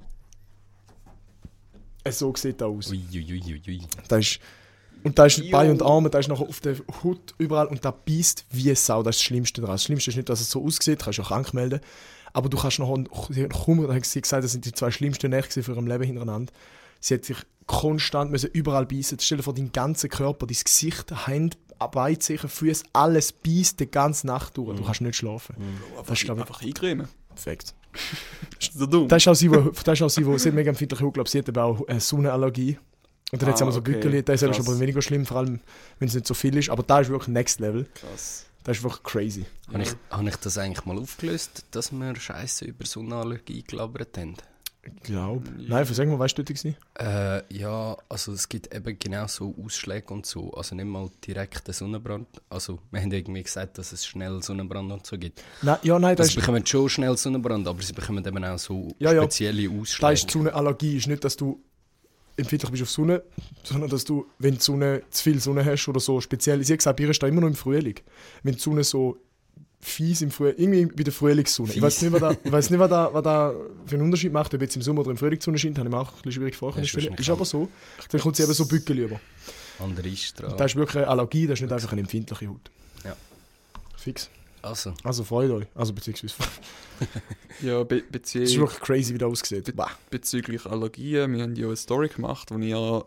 So sieht das aus. Ui. Da ist Bein und Arme, da ist noch auf der Haut überall und da beißt wie eine Sau. Das ist das Schlimmste daran. Das Schlimmste ist nicht, dass es so aussieht, kannst du auch krank melden. Aber du kannst noch, da hat sie gesagt, das sind die 2 schlimmsten Nächte für ihrem Leben hintereinander. Sie hat sich konstant müssen überall beißen. Stell dir vor, deinen ganzen Körper, dein Gesicht, Hände, Beizehen, Füße, alles beißt die ganze Nacht durch. Du kannst nicht schlafen. Das ist einfach eingremen. Perfekt. Ist so dumm. Das ist auch sie, sie hat mega empfindliche Haut, glaube sie hat aber auch eine Sonnenallergie. Und dann hat sie immer so Bückeli, das ist aber weniger schlimm, vor allem wenn es nicht so viel ist. Aber da ist wirklich Next Level. Krass. Das ist wirklich crazy. Habe ich das eigentlich mal aufgelöst, dass wir Scheiße über Sonnenallergie gelabert haben? Ich glaube. Nein, sag mal, weißt du, das war? Ja, also es gibt eben genau so Ausschläge und so. Also nicht mal direkten Sonnenbrand. Also wir haben irgendwie gesagt, dass es schnell Sonnenbrand und so gibt. Nein, das sie bekommen schon schnell Sonnenbrand, aber sie bekommen eben auch so spezielle Ausschläge. Das ist die Sonnenallergie, ist nicht, dass du empfindlich bist auf Sonne, sondern dass du, wenn die Sonne zu viel Sonne hast oder so speziell, sie hat gesagt, ihr ist da immer noch im Frühling. Wenn die Sonne so fies im Frühling, irgendwie bei der Frühlingssonne. Ich weiß nicht, was da für einen Unterschied macht, ob jetzt im Sommer oder im Frühling die Sonne scheint, habe ich mir auch ein bisschen schwierig vorstellen. Ist aber so. Dann kommt sie eben so Bückel über. Andere Strahlung. Das ist wirklich eine Allergie, das ist nicht einfach eine empfindliche Haut. Ja. Fix. Also freut euch. Also beziehungsweise. Ja, das ist wirklich crazy, wie das aussieht. Bezüglich Allergien, wir haben ja eine Story gemacht, wo ihr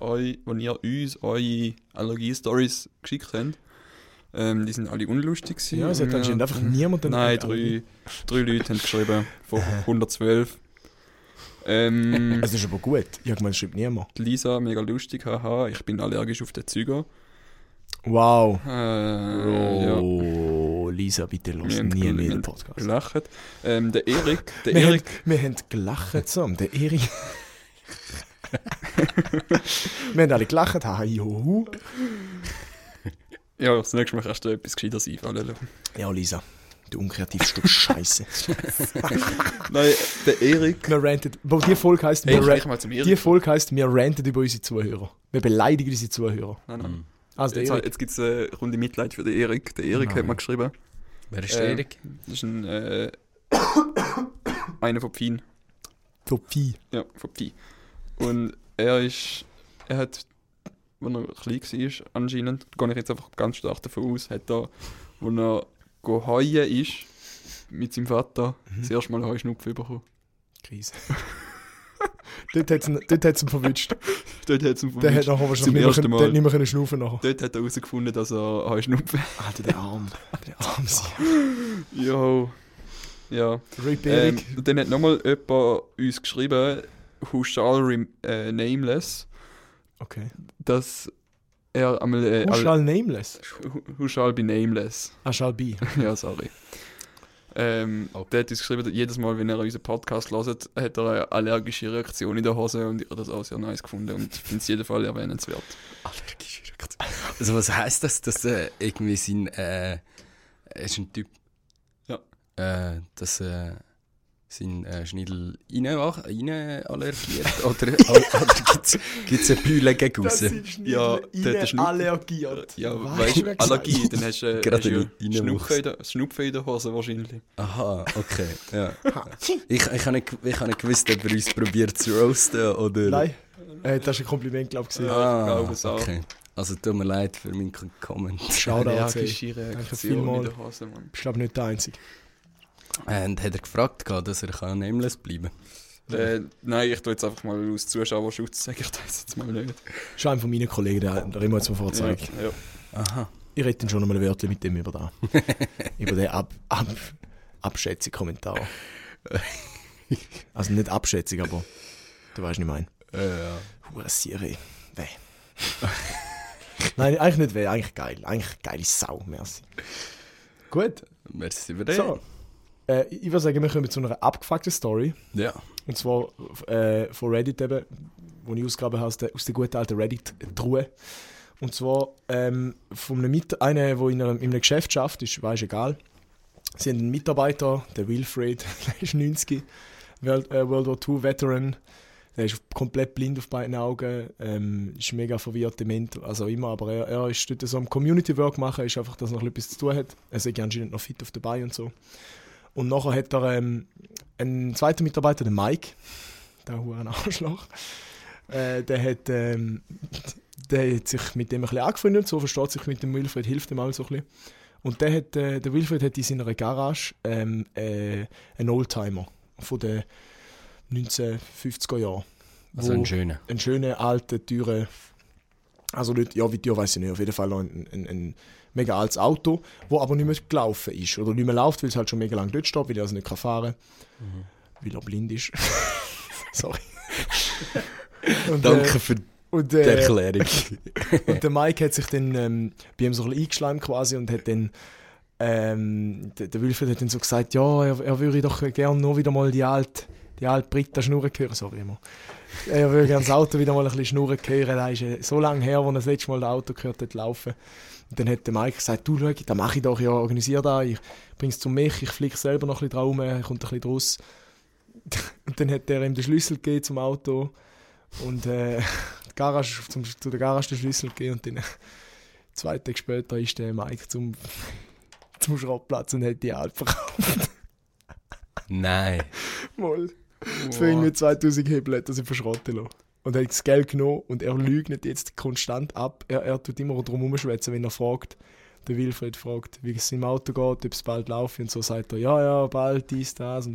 uns eure Allergie-Stories geschickt habt. Die sind alle unlustig gewesen. Ja, es hat anscheinend einfach niemand... Nein, drei Leute haben geschrieben, von 112. Es ist aber gut. Ich habe gemeint, es schreibt niemand. Lisa, mega lustig, haha, ich bin allergisch auf den Züger. Wow. Ja. Lisa, bitte los nie mehr den Podcast. Gelacht. Der Erik. Wir haben gelacht zusammen. Der Erik. Wir haben alle gelacht. Juhu. Ja, das nächste Mal kannst du etwas Gescheites einfallen lassen. Ja, Lisa. Du unkreatives Stück Scheiße. Nein, der Erik. Wir ranten. Die Folge heisst, wir ranten über unsere Zuhörer. Wir beleidigen unsere Zuhörer. Nein. Also jetzt gibt es eine Runde Mitleid für den Erik. Der Erik hat mal geschrieben. Wer ist der Erik? Das ist einer von Pfien. Von Phi. Ja, von Phi. Und er hat, als er klein war, anscheinend, da gehe ich jetzt einfach ganz stark davon aus, hat er, als er heuen ist, mit seinem Vater, das erste Mal Heuschnupfen bekommen. Krise. Dort hat es ihn verwünscht. Dort hat es ihn verwünscht. Der hat nachher wahrscheinlich nicht mehr schnaufen nachher. Dort hat er herausgefunden, dass er Heuschnupfen hat. Alter, der Arm. Der Arm sie. Jo. Ja. Rip Erik. Dann hat nochmal jemand uns geschrieben, who shall nameless. Okay. Dass er einmal... who shall nameless? Who shall be nameless. Shall be. Ja, sorry. Der hat uns geschrieben, jedes Mal, wenn er unseren Podcast hört, hat er eine allergische Reaktion in der Hose und ich habe das auch sehr nice gefunden und finde es jeden Fall erwähnenswert. Allergische Reaktion. Also was heisst das, dass irgendwie sein... ist ein Typ... Ja. Dass sein Schniedel rein allergiert? oder gibt es eine Bühle gegen raus? Ja, der allergiert. Ja, weißt du, Allergie, dann hast du Gerade Schnupfen in der Hose wahrscheinlich. Aha, okay. Ja. Ich habe nicht gewusst, ob er uns probiert zu roasten oder... Nein, das ist ein Kompliment, glaube ich. Ja, ich glaube es auch. Okay. Also tut mir leid für meinen Comment. Allergische Reaktion in der Hose, Mann. Ich glaube nicht der Einzige. Und hat er gefragt, dass er nameless bleiben kann? Nein, ich tue jetzt einfach mal aus Zuschauerschutz, sage ich das jetzt mal nicht. Das ist einer von meinen Kollegen, der immer jetzt mal vorzeigt. Ja. Aha. Ich rede dann schon noch mal ein Wörtchen mit dem über da. Über den Abschätzung-Kommentar. Also nicht Abschätzung, aber du weißt, was ich meine. Hurasiere. Weh. Nein, eigentlich nicht weh, eigentlich geil. Eigentlich geile Sau, merci. Gut. Merci für dich. So. Ich würde sagen, wir kommen zu einer abgefuckten Story. Ja. Und zwar von Reddit eben, wo ich ausgegraben habe aus der guten alten Reddit-Truhe. Und zwar von einer, der in einem Geschäft arbeitet, ist egal. Sie haben einen Mitarbeiter, der Wilfred, der ist 90, World War II Veteran. Der ist komplett blind auf beiden Augen, ist mega verwirrt, dement, also immer, aber er ist dort so am Community Work machen, ist einfach, dass er noch etwas zu tun hat. Er ist anscheinend noch fit auf dabei und so. Und nachher hat er einen zweiten Mitarbeiter, den Mike, der ein Arschloch. Der hat sich mit dem ein bisschen angefreundet und so, versteht sich mit dem Wilfred, hilft ihm auch so ein bisschen. Und der Wilfred hat in seiner Garage einen Oldtimer von den 1950er Jahren. Also einen schönen. Einen schönen, alten, teuren, also nicht, ja, wie teuer weiß ich nicht, auf jeden Fall noch ein mega altes Auto, das aber nicht mehr gelaufen ist. Oder nicht mehr läuft, weil es halt schon mega lange dort steht, weil er also nicht fahren kann. Weil er blind ist. Sorry. Und, Danke für die Erklärung. Und der Mike hat sich dann bei ihm so ein bisschen eingeschleimt quasi und hat dann der Wilfried hat dann so gesagt, ja, er würde doch gerne nur wieder mal die alte Britta schnurren hören, sorry immer. Er würde gerne das Auto wieder mal ein bisschen schnurren hören, das ist so lange her, als er das letzte Mal das Auto gehört hat laufen. Und dann hat der Mike gesagt, du schau, das mache ich doch, ich organisiere das, ich bringe es zu mich, ich fliege selber noch ein bisschen drauf, kommt ein bisschen draus. Und dann hat er ihm den Schlüssel gegeben zum Auto und zu der Garage den Schlüssel gegeben und dann 2 Tage später ist der Mike zum Schrottplatz und hat die Alp verkauft. Nein. Mal. Für irgendwie 2000 Hebel hat er sie verschrotten lassen. Und er hat das Geld genommen und er lügt jetzt konstant ab. Er tut immer drum herumschwätzen, wenn er fragt. Der Wilfried fragt, wie es im Auto geht, ob es bald laufe. Und so sagt er, ja, bald, dies, das.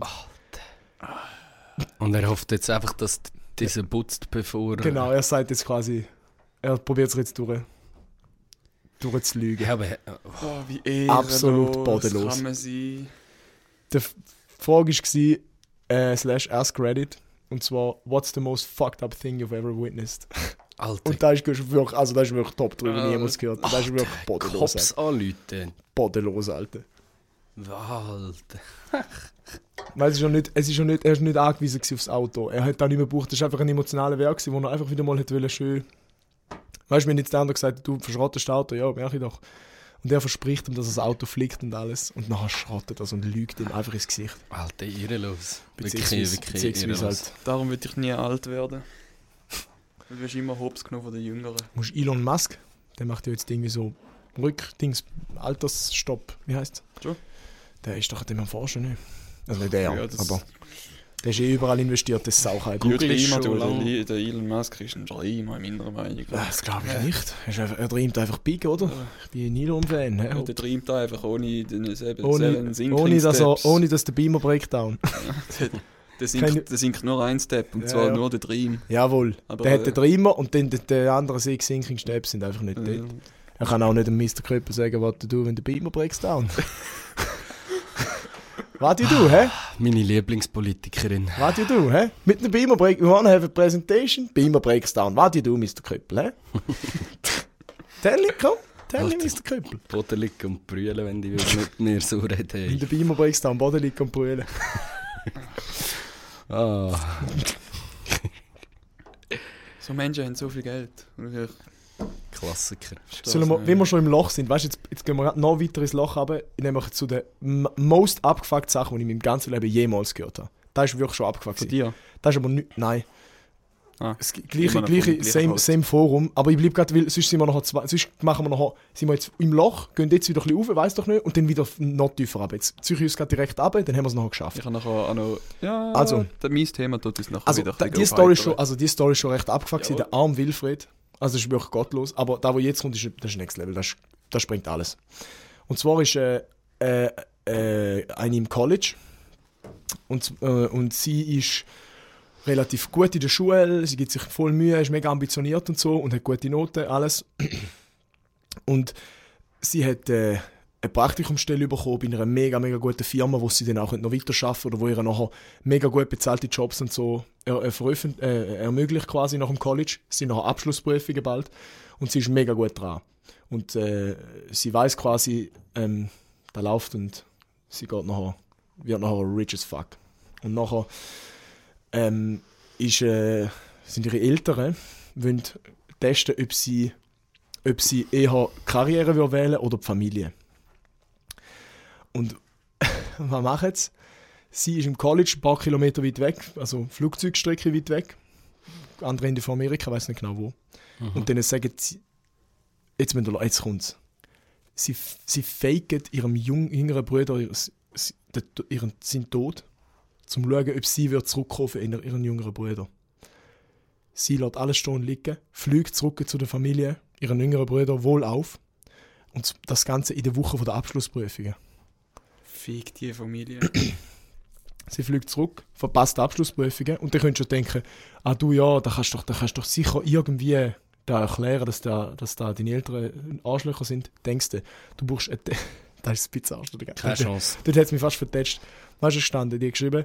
Und er hofft jetzt einfach, dass dieser putzt, bevor... Genau, er sagt jetzt quasi, er probiert es jetzt durchzulügen. Ja, aber... wie ehrenlos absolut bodenlos. Kann man sein. Die Frage war, / Ask Reddit. Und zwar, what's the most fucked up thing you've ever witnessed? Alter. Und da ist wirklich top drüber, nie jemals gehört. Das ist wirklich bodenlos. Cops anrufen. Bodenlos, Alter. Alter. Weil er ist nicht angewiesen aufs Auto. Er hat auch nicht mehr gebraucht. Das war einfach ein emotionaler Werk, wo er einfach wieder mal schön... Weißt du, wenn jetzt der andere gesagt hat, du verschrottest das Auto, ja, merke ich doch. Und er verspricht ihm, dass er das Auto fliegt und alles. Und nachher schrottet das und lügt ihm einfach ins Gesicht. Alter, irrelos. Beziehungsweise irrelos. halt. Darum will ich nie alt werden. Du wirst immer Hops genommen von den Jüngeren. Musst Elon Musk, der macht ja jetzt irgendwie so Altersstopp, wie heisst es? Schon? Der ist doch an dem am Forschen, nicht? Also nicht der, Ja, aber der ist überall investiert, das ist auch ein Google ist Dreamer, schon der lang. Der Elon Musk ist ein Dreamer in meiner Meinung. Das glaube ich nicht. Er dreamt einfach big, oder? Ich bin ein Elon-Fan. Ja, der dreamt einfach ohne den ohne dass der Beamer Breakdown. Der sinkt nur ein Step, und zwar nur der Dream. Jawohl. Aber, der hat den Dreamer und dann der andere 6 Sinking Steps sind einfach nicht dort. Er kann auch nicht dem Mr. Köppel sagen, was du tust, wenn der Beamer breaks down. Was du, hä? Meine Lieblingspolitikerin. Was du, hä? Mit dem Beamer break... You wanna have a presentation? Beamer breaks down. Was du, Mr. Köppel, hä? Tell me, Mr. Köppel. Boden liegen und brüllen, wenn die mit mir so reden. Wenn der Beamer breaks down, Boden liegt und brüllen. Ah. So Menschen haben so viel Geld. Klassiker. Wenn wir schon im Loch sind, weißt du, jetzt gehen wir noch weiter ins Loch runter, nämlich zu den most abgefuckten Sachen, die ich in meinem ganzen Leben jemals gehört habe. Das ist wirklich schon abgefuckt. Von dir? Das ist aber nicht, nein. Das Gleiche same Forum, aber ich bleibe gerade, weil sonst sind wir jetzt im Loch, gehen jetzt wieder ein bisschen rauf, weiss doch nicht, und dann wieder noch tiefer runter. Jetzt ziehe ich uns gerade direkt runter, dann haben wir es noch geschafft. Ich habe nachher auch noch... Ja, also, mein Thema tut uns nachher also wieder die Story ist schon recht abgefuckt. Der arme Wilfried, also das ist wirklich gottlos, aber da, wo jetzt kommt, das ist Next Level, das sprengt alles. Und zwar ist eine im College und sie ist relativ gut in der Schule, sie gibt sich voll Mühe, ist mega ambitioniert und so und hat gute Noten, alles. Und sie hat eine Praktikumsstelle bekommen bei einer mega, mega guten Firma, wo sie dann auch noch weiterarbeiten oder wo ihr nachher mega gut bezahlte Jobs und so ermöglicht quasi nach dem College. Es sind nachher Abschlussprüfungen bald und sie ist mega gut dran. Und sie weiß quasi, der läuft und sie wird nachher rich as fuck. Und nachher sind ihre Eltern, wollen testen, ob sie eher Karriere wählen oder die Familie. Und was machen sie? Sie ist im College ein paar Kilometer weit weg, also Flugzeugstrecke weit weg. Andere Ende von Amerika, ich weiß nicht genau wo. Und dann sagen sie, jetzt kommt es. Sie faken ihrem jüngeren Bruder seinen Tod, um zu schauen, ob sie zurückkommen in ihren jüngeren Bruder. Sie lässt alles stehen liegen, fliegt zurück zu der Familie, ihren jüngeren Bruder wohlauf. Und das Ganze in der Woche der Abschlussprüfungen. Fick die Familie. Sie fliegt zurück, verpasst die Abschlussprüfungen und dann könntest du denken, da kannst du doch sicher irgendwie da erklären, dass da deine Eltern Arschlöcher sind. Denkst du brauchst das ist ein bisschen Arschlöcher. Keine Chance. Dort hat es mich fast vertätscht. Weißt du, gestanden, die hat geschrieben,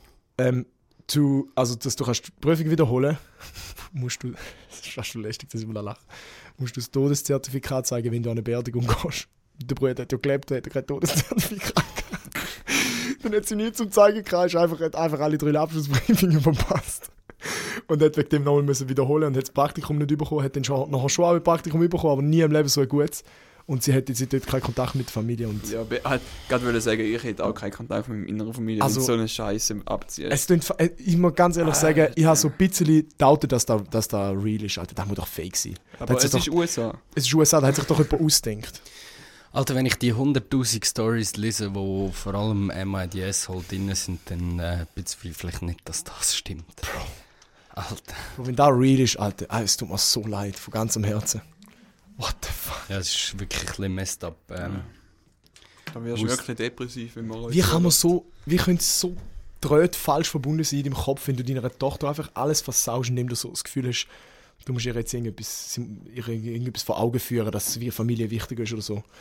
dass du kannst die Prüfung wiederholen musst du, das ist fast schon lästig, dass ich mal lache, musst du das Todeszertifikat zeigen, wenn du an eine Beerdigung gehst. Der Bruder hat ja gelebt, hat kein Todeszertifikat gehabt. Dann hat sie nichts zum Zeigen gehabt, hat einfach alle 3 Abschlussprüfungen verpasst. Und hat wegen dem nochmal wiederholen und hat das Praktikum nicht bekommen, hat dann nachher schon auch ein Praktikum bekommen, aber nie im Leben so ein gutes. Und sie hat jetzt dort keinen Kontakt mit der Familie. Und ja, gerade wollte sagen, ich hätte auch keinen Kontakt mit meiner Familie, also, wenn so eine Scheiße abziehen. Ich muss ganz ehrlich sagen, ich habe so ein bisschen doubtet, dass da real ist. Alter, das muss doch fake sein. Aber es ist USA. Es ist USA, da hat sich doch jemand ausgedacht. Alter, wenn ich die 100'000 Stories lese, wo vor allem MIDS halt drin sind, dann bezweifle ich vielleicht nicht, dass das stimmt. Bro. Alter. Bro, wenn das real ist, Alter, es tut mir so leid, von ganzem Herzen. What the fuck? Ja, es ist wirklich ein bisschen messed up. Da wirst du wirklich depressiv, wenn man wie können so Drähte falsch verbunden sein in deinem Kopf, wenn du deiner Tochter einfach alles versaust, indem du so das Gefühl hast, du musst ihr jetzt irgendetwas vor Augen führen, dass Familie wichtig ist oder so.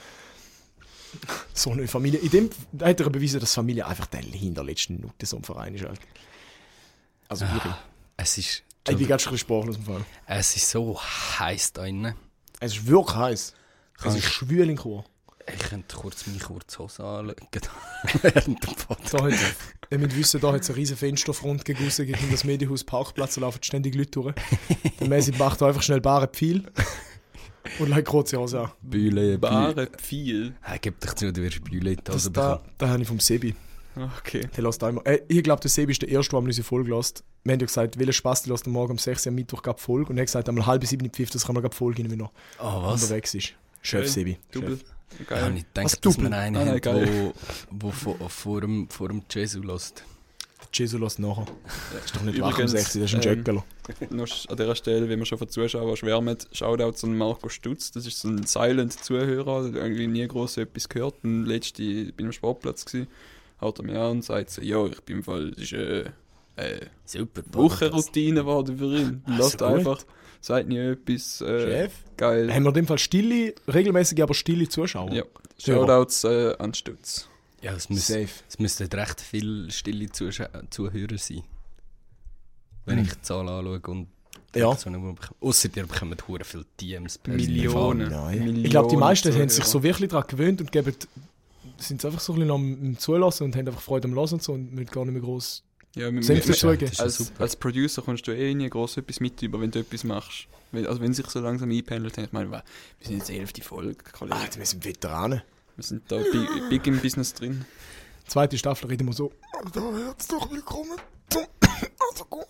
So eine Familie. Da hat er bewiesen, dass Familie einfach der hinterletzten Minute so ein Verein ist. Halt. Also irre. Es ist... Ich bin ganz schön sprachlos im Fall. Es ist so heiß da drinnen. Es ist wirklich heiß. Es ist schwül in Chur. Ich könnte kurz meine Kurzhose anlegen. Während dem Podcast. Ihr müsst wissen, da hat es eine riesige Fensterfront gegossen gegen das Medienhaus Parkplatz, da laufen ständig Leute durch. Der Messi macht da einfach schnell bare Pfeil und legt kurze Hose an. Bühle, bare Pfeil? Gib dich zu, du wirst Bühle in die Hose bekommen. bekommen. Da habe ich vom Sebi. Okay. Der lässt immer. Ich glaube, der Sebi ist der Erste, der unsere Folge lässt. Wir haben ja gesagt, welcher Spaß, der lässt morgen um 6 Uhr am Mittwoch gab Folge. Und er hat gesagt, einmal 6:30 pfiff, das kann noch Folge rein, wenn er unterwegs ist. Chef Sebi. Double. Ja, ich denke, dass man einen hat, der vor dem Jesu lässt. Der Jesu lässt nachher. Das ist doch nicht wach um 6 das ist ein Jackerler. Noch an dieser Stelle, wenn wir schon von Zuschauern schwärmen, Shoutout an Marco Stutz. Das ist so ein Silent-Zuhörer, der irgendwie nie groß etwas gehört. Und letzte bin am Sportplatz gewesen, haut er mir an und sagt so, ja, ich bin im Fall, das ist super Wochenroutine geworden für ihn. Lasst einfach, sagt nie etwas. Chef? Geil. Haben wir in dem Fall regelmäßige, aber stille Zuschauer? Ja, Shoutouts an Stutz. Ja, es müssten recht viele stille Zuhörer sein. Wenn ich die Zahl anschaue und ausser ihr bekommt hure viele DMs per Millionen. Ich glaube, die meisten haben sich so wirklich daran gewöhnt und sind einfach so ein bisschen am Zulassen und haben einfach Freude am Hören und so und mit gar nicht mehr gross Senf dazugeben. Als Producer kommst du nie gross etwas mit über, wenn du etwas machst. Wenn sich so langsam einpendelt, ich meine, wir sind jetzt 11. Folge, Kollege. Wir sind Veteranen. Wir sind da big im Business drin. Zweite Staffel reden wir so. Da herzlich doch willkommen. Also gut.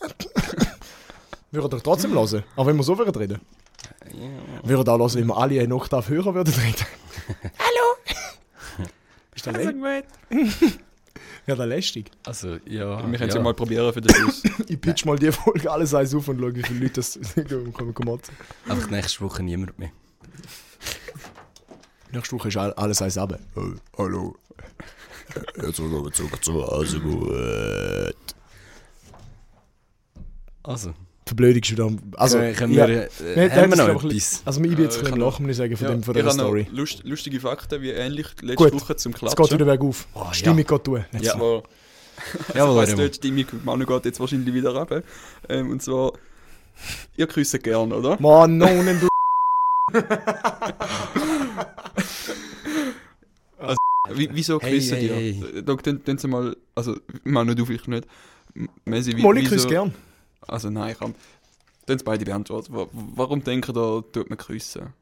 Würden ihr trotzdem hören? Auch wenn wir so würden reden? Ja. Würden auch hören, wenn wir alle eine Oktave höher würden reden? Hallo! Ist das gut? Ja, das lästig. Also, ja. Wir können es ja mal probieren für den Schluss. Ich pitch mal die Folge alles eins auf und schaue, wie viele Leute das kommen. Einfach nächste Woche niemand mehr. Nächste Woche ist alles eins runter. Hallo. Jetzt kommen wir zu Hause gut. Also. Verblödung ist wieder. Also, haben wir noch etwas? Also, ich bin jetzt ein bisschen lachen, muss ich sagen, von dieser Story. Lustige Fakten, wie ähnlich letzte Woche zum Klatschen. Es geht wieder bergauf. Stimmung geht tun. Ja, also die Stimmung, Manu geht jetzt wahrscheinlich wieder runter. Und zwar, ihr küsst gern, oder? Mann, du. Wieso küssen die? hey. Da tun sie mal, also, Manu, du vielleicht nicht. Messi, Molly küsst gern. Also nein, komm. Dann sie beide beantworten. Warum denken da, tut man küssen?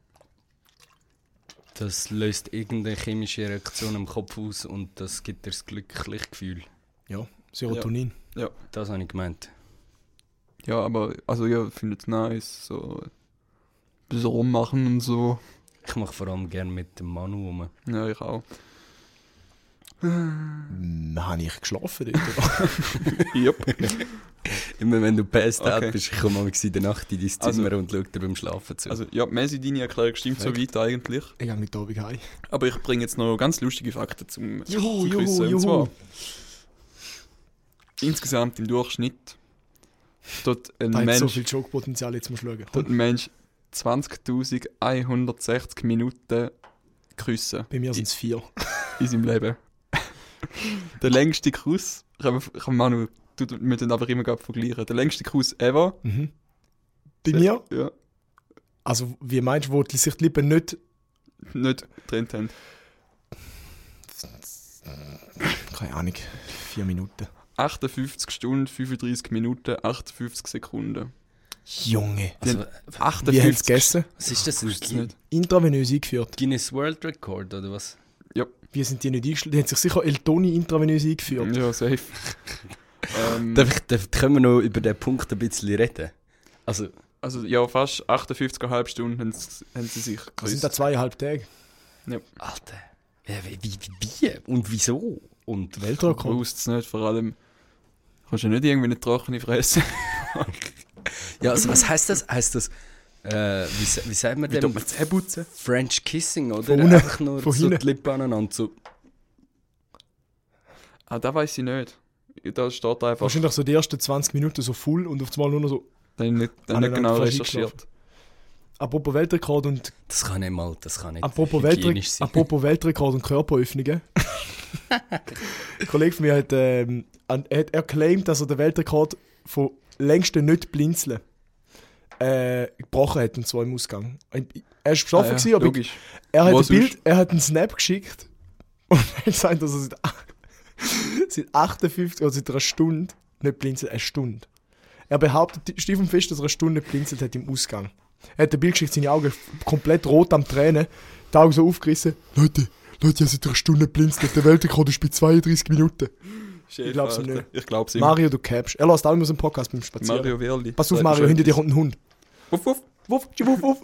Das löst irgendeine chemische Reaktion im Kopf aus und das gibt dir das glückliche Gefühl. Ja, Serotonin. Das habe ich gemeint. Ja, aber, also ja, ich finde es nice, so ein bisschen rummachen und so. Ich mache vor allem gerne mit dem Manu rum. Ja, ich auch. Habe ich geschlafen dort? Yep. Immer wenn du passed out Okay. bist, ich komme mal in der Nacht in dein Zimmer und schaue dir beim Schlafen zu. Also ja, Messi, deine Erklärung stimmt so weit eigentlich. Ich gehe nicht Abend heim. Aber ich bringe jetzt noch ganz lustige Fakten zum Juhu, zum juhu, Küssen. Und juhu. zwar, insgesamt im Durchschnitt dort ein Da hat so Mensch, viel Joke-Potenzial, jetzt musst du schauen. dort ein Mensch 20.160 Minuten küssen Bei mir sind es 4. in seinem Leben. Der längste Kuss, kann Manu, wir müssen aber immer vergleichen. Der längste Kuss ever. Mhm. Bei mir? Ja, Also, wie meinst du, wo die sich die Lippen nicht... nicht getrennt haben. Keine Ahnung, 4 Minuten. 58 Stunden, 35 Minuten, 58 Sekunden. Junge. Die Also, haben Wie haben sie 58 gegessen? was ist das? Wusste es nicht. Intravenös eingeführt. Guinness World Record oder was? Wie sind die nicht eingeschlagen? Die haben sich sicher Eltoni intravenös eingeführt. Ja, safe. Darf können wir noch über den Punkt ein bisschen reden? Also, Also ja, fast 58,5 Stunden haben sie sich Das sind da 2,5 Tage. Alter, wie und wieso? Und Weltrekord. Brauchst es nicht, vor allem kannst du nicht irgendwie eine trockene fressen. ja, also was heißt das? Heißt das, wie sagt man Wie dem? tut man Zähne putzen? French Kissing, oder? Von unten, Einfach nur von so hinten. die Lippen aneinander, so. Ah, das weiss ich nicht. Da steht einfach, Wahrscheinlich so die ersten 20 Minuten so full und auf einmal nur noch so. dann nicht Aneinander genau fast recherchiert. Apropos Weltrekord und Das kann nicht mal, das kann nicht apropos, hygienisch sein. Weltrekord und Körperöffnungen. Ein Kollege von mir hat, er claimt, dass er den Weltrekord von längsten nicht blinzeln gebrochen hat, und zwar im Ausgang. Er war besoffen, gewesen, aber logisch. er hat Wo ein Bild, sonst? er hat einen Snap geschickt und er hat gesagt, dass er seit 58 oder seit einer Stunde nicht blinzelt. Eine Stunde. Er behauptet steif und fest, dass er eine Stunde nicht blinzelt hat im Ausgang. Er hat ein Bild geschickt, seine Augen komplett rot am Tränen, die Augen so aufgerissen. Leute, ich habe seit einer Stunde blinzelt, der Weltrekord ist bei 32 Minuten. Chef, glaub's ihm Alter. nicht. Ich glaub's ihm. Mario, du capst. Er lässt auch immer so einen Podcast beim Spazieren. Mario Werli. Pass auf, Sagt Mario, mir hinter dir schon kommt ein Hund. etwas. Wuff, wuff. Wuff, wuff, wuff.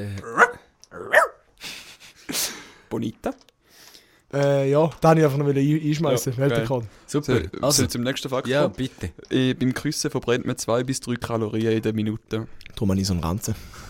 Bonita. Ja, da wollte ich einfach noch einschmeißen. Ja, Weltrekord. Super, Also, also, zum nächsten Fakt ja, kommen? bitte. Beim Küssen verbrennt man 2 bis 3 Kalorien in der Minute. Darum habe ich so einen Ranzen.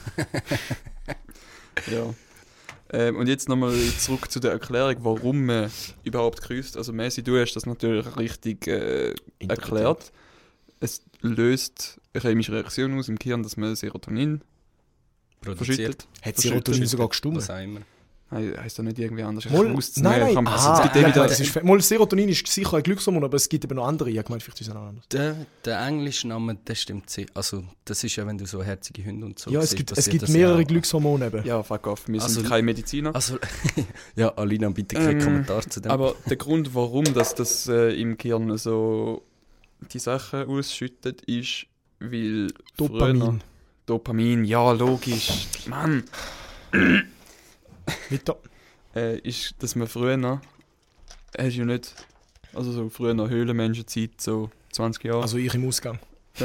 Ja. Und jetzt nochmal zurück zu der Erklärung, warum man überhaupt küsst. Also Messi, du hast das natürlich richtig erklärt. Es löst eine chemische Reaktion aus im Gehirn, dass man Serotonin Produziert. verschüttet. Hat Serotonin sogar gestummt? Was auch immer. Heißt das nicht irgendwie anders? Ich Mal, wusste es nein, nicht. nein, Also, es gibt nein, wieder, das ist mal Serotonin ist sicher ein Glückshormon, aber es gibt eben noch andere. Ich habe gemeint, vielleicht ist es noch anders. Der englische Name, das stimmt sehr. Also, das ist ja, wenn du so herzige Hunde und so Ja, es siehst, gibt passiert das mehrere ja. Glückshormone eben. ja, fuck off, wir Also- sind keine Mediziner. Also, ja, Alina, bitte keinen Kommentar zu dem. Aber der Grund, warum das im Gehirn so die Sachen ausschüttet, ist, weil Dopamin. früher- Dopamin, ja, logisch. Mann! Weiter. Ist, dass man früher noch, hast ja nicht, also so früher noch Höhlenmenschenzeit, so 20 Jahre. Also ich im Ausgang.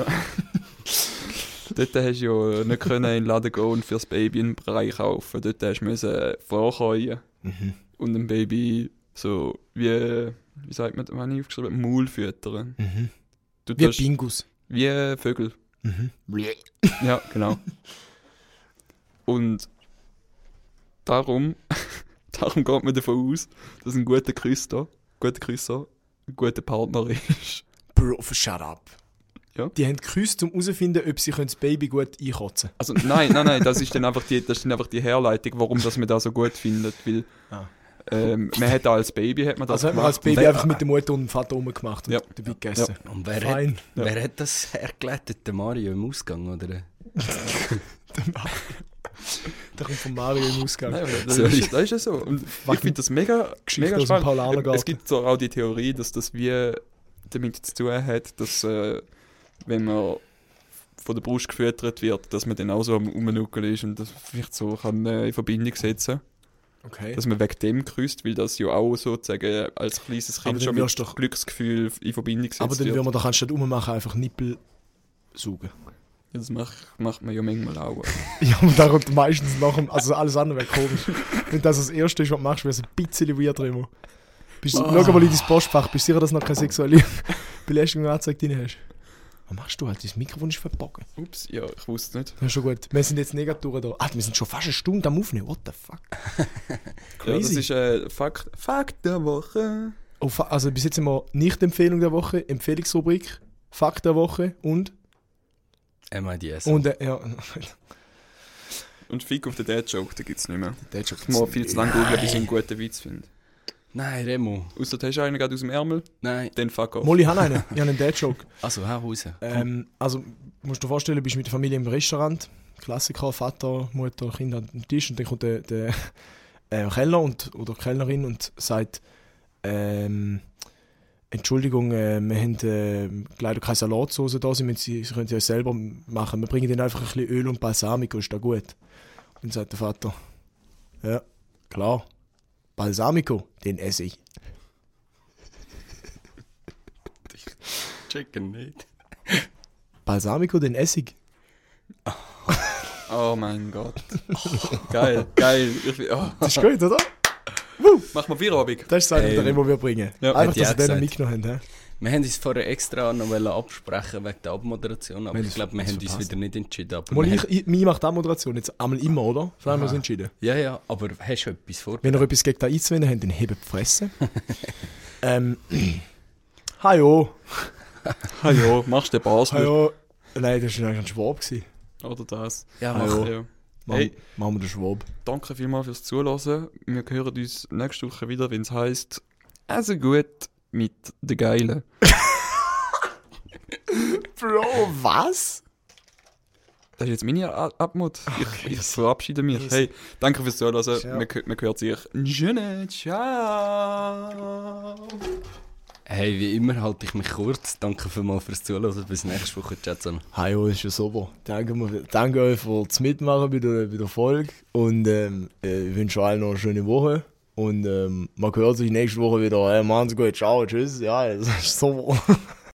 Dort hast du ja nicht können in den Laden gehen und fürs Baby einen Brei kaufen. Dort hast du müssen vorkäuen und ein Baby so wie sagt man, was habe ich aufgeschrieben? Maul füttern. Du Wie tust- Bingus. wie Vögel. Ja, genau. Und darum geht man davon aus, dass ein guter Küsser ein guter Partner ist. Bro, shut up. Ja. Die haben geküsst, um herauszufinden, ob sie das Baby gut einkotzen Also nein, das ist dann einfach die Herleitung, warum das man das so gut findet, weil Ah. man hat als Baby hat man das Also hat man als gemacht. Baby einfach mit der Mutter und dem Vater rumgemacht und Ja. dabei gegessen. und Fein. wer hat das hergeleitet? Der Mario im Ausgang, oder? Der kommt von Mario im Ausgang. Nein, das ist ja so. Und ich finde das mega spannend. Es gibt so auch die Theorie, dass das wie damit zu tun hat, dass wenn man von der Brust gefüttert wird, dass man dann auch so am Rumnuckeln ist und das vielleicht so kann in Verbindung setzen. Okay. Dass man wegen dem küsst, weil das ja auch sozusagen als kleines Kind schon mit doch Glücksgefühl in Verbindung gesetzt aber dann wird. würde man doch anstatt rummachen einfach Nippel saugen. Ja, das macht man ja manchmal auch. Ja, und dann kommt meistens nach dem, also alles andere wäre komisch. Wenn das Erste ist, was du machst, wäre es ein bisschen weird immer. Schau mal in dein Postfach, bist du sicher, dass du noch keine sexuelle Belästigung angezeigt drin hast? Was machst du halt? Dein Mikrofon ist verbogen. Ups, ja, ich wusste nicht. Ja, schon gut. Wir sind jetzt negativ da. Wir sind schon fast eine Stunde am Aufnehmen. What the fuck? Crazy. Ja, das ist Fakt der Woche. Oh, also bis jetzt sind wir nicht Empfehlung der Woche, Empfehlungsrubrik, Fakt der Woche und... MIDS. Und, ja... Und Fick auf den Dad-Joke, den gibt es nicht mehr. Der Joke. Ich muss viel zu lange googeln, bis ich einen guten Witz finde. Nein, Remo. Ausser du hast einen gerade aus dem Ärmel, Nein. dann fuck off. Molly, ich habe einen. Ich habe einen Dad-Joke. Also, hau raus. Also, musst du dir vorstellen, du bist mit der Familie im Restaurant. Klassiker, Vater, Mutter, Kinder am Tisch. Und dann kommt der Kellner oder Kellnerin und sagt, Entschuldigung, wir haben leider keine Salatsauce da. Sie können sie ja selber machen. Wir bringen ihnen einfach ein bisschen Öl und Balsamico, ist das gut? Und dann sagt der Vater, ja, klar. Balsamico, den esse ich. Chicken nicht. Balsamico, den Essig. Oh mein Gott. Geil. Das ist gut, oder? Mach mal Feierabend. Das ist das, was wir immer bringen. Ja, einfach, dass hätte wir ich den auch mitgenommen haben. Wir haben uns vorher extra noch absprechen wegen der Abmoderation, aber Wir ich glaube, wir haben uns verpasst. wieder nicht entschieden. Aber Mal, wir haben- ich mache die Moderation jetzt einmal immer, oder? Vielleicht haben wir uns entschieden. ja, aber hast du etwas vor? Wenn ihr etwas gegen das einzuwenden habt, dann hebt die Fresse. Hallo. Hallo, machst du den Basler? Hallo. Nein, das war eigentlich ein Schwab. Oder das? Ja, Hallo. Ja. Machen Hey. wir den Schwab. Danke vielmals fürs Zuhören. Wir hören uns nächste Woche wieder, wenn es heisst «Also gut mit den Geilen». Bro, was? Das ist jetzt meine Abmut. Ich verabschiede mich. Hey, danke fürs Zuhören. Ciao. Man hört sich. Schöne Ciao. Hey, wie immer halte ich mich kurz. Danke vielmals fürs Zuhören. Bis nächste Woche. Ciao zusammen. Hallo, ist ja super. Danke euch fürs Mitmachen bei der Folge. Und ich wünsche allen noch eine schöne Woche. Und man hört sich nächste Woche wieder. Hey, machen's gut. Ciao, tschüss. Ja, das ist super.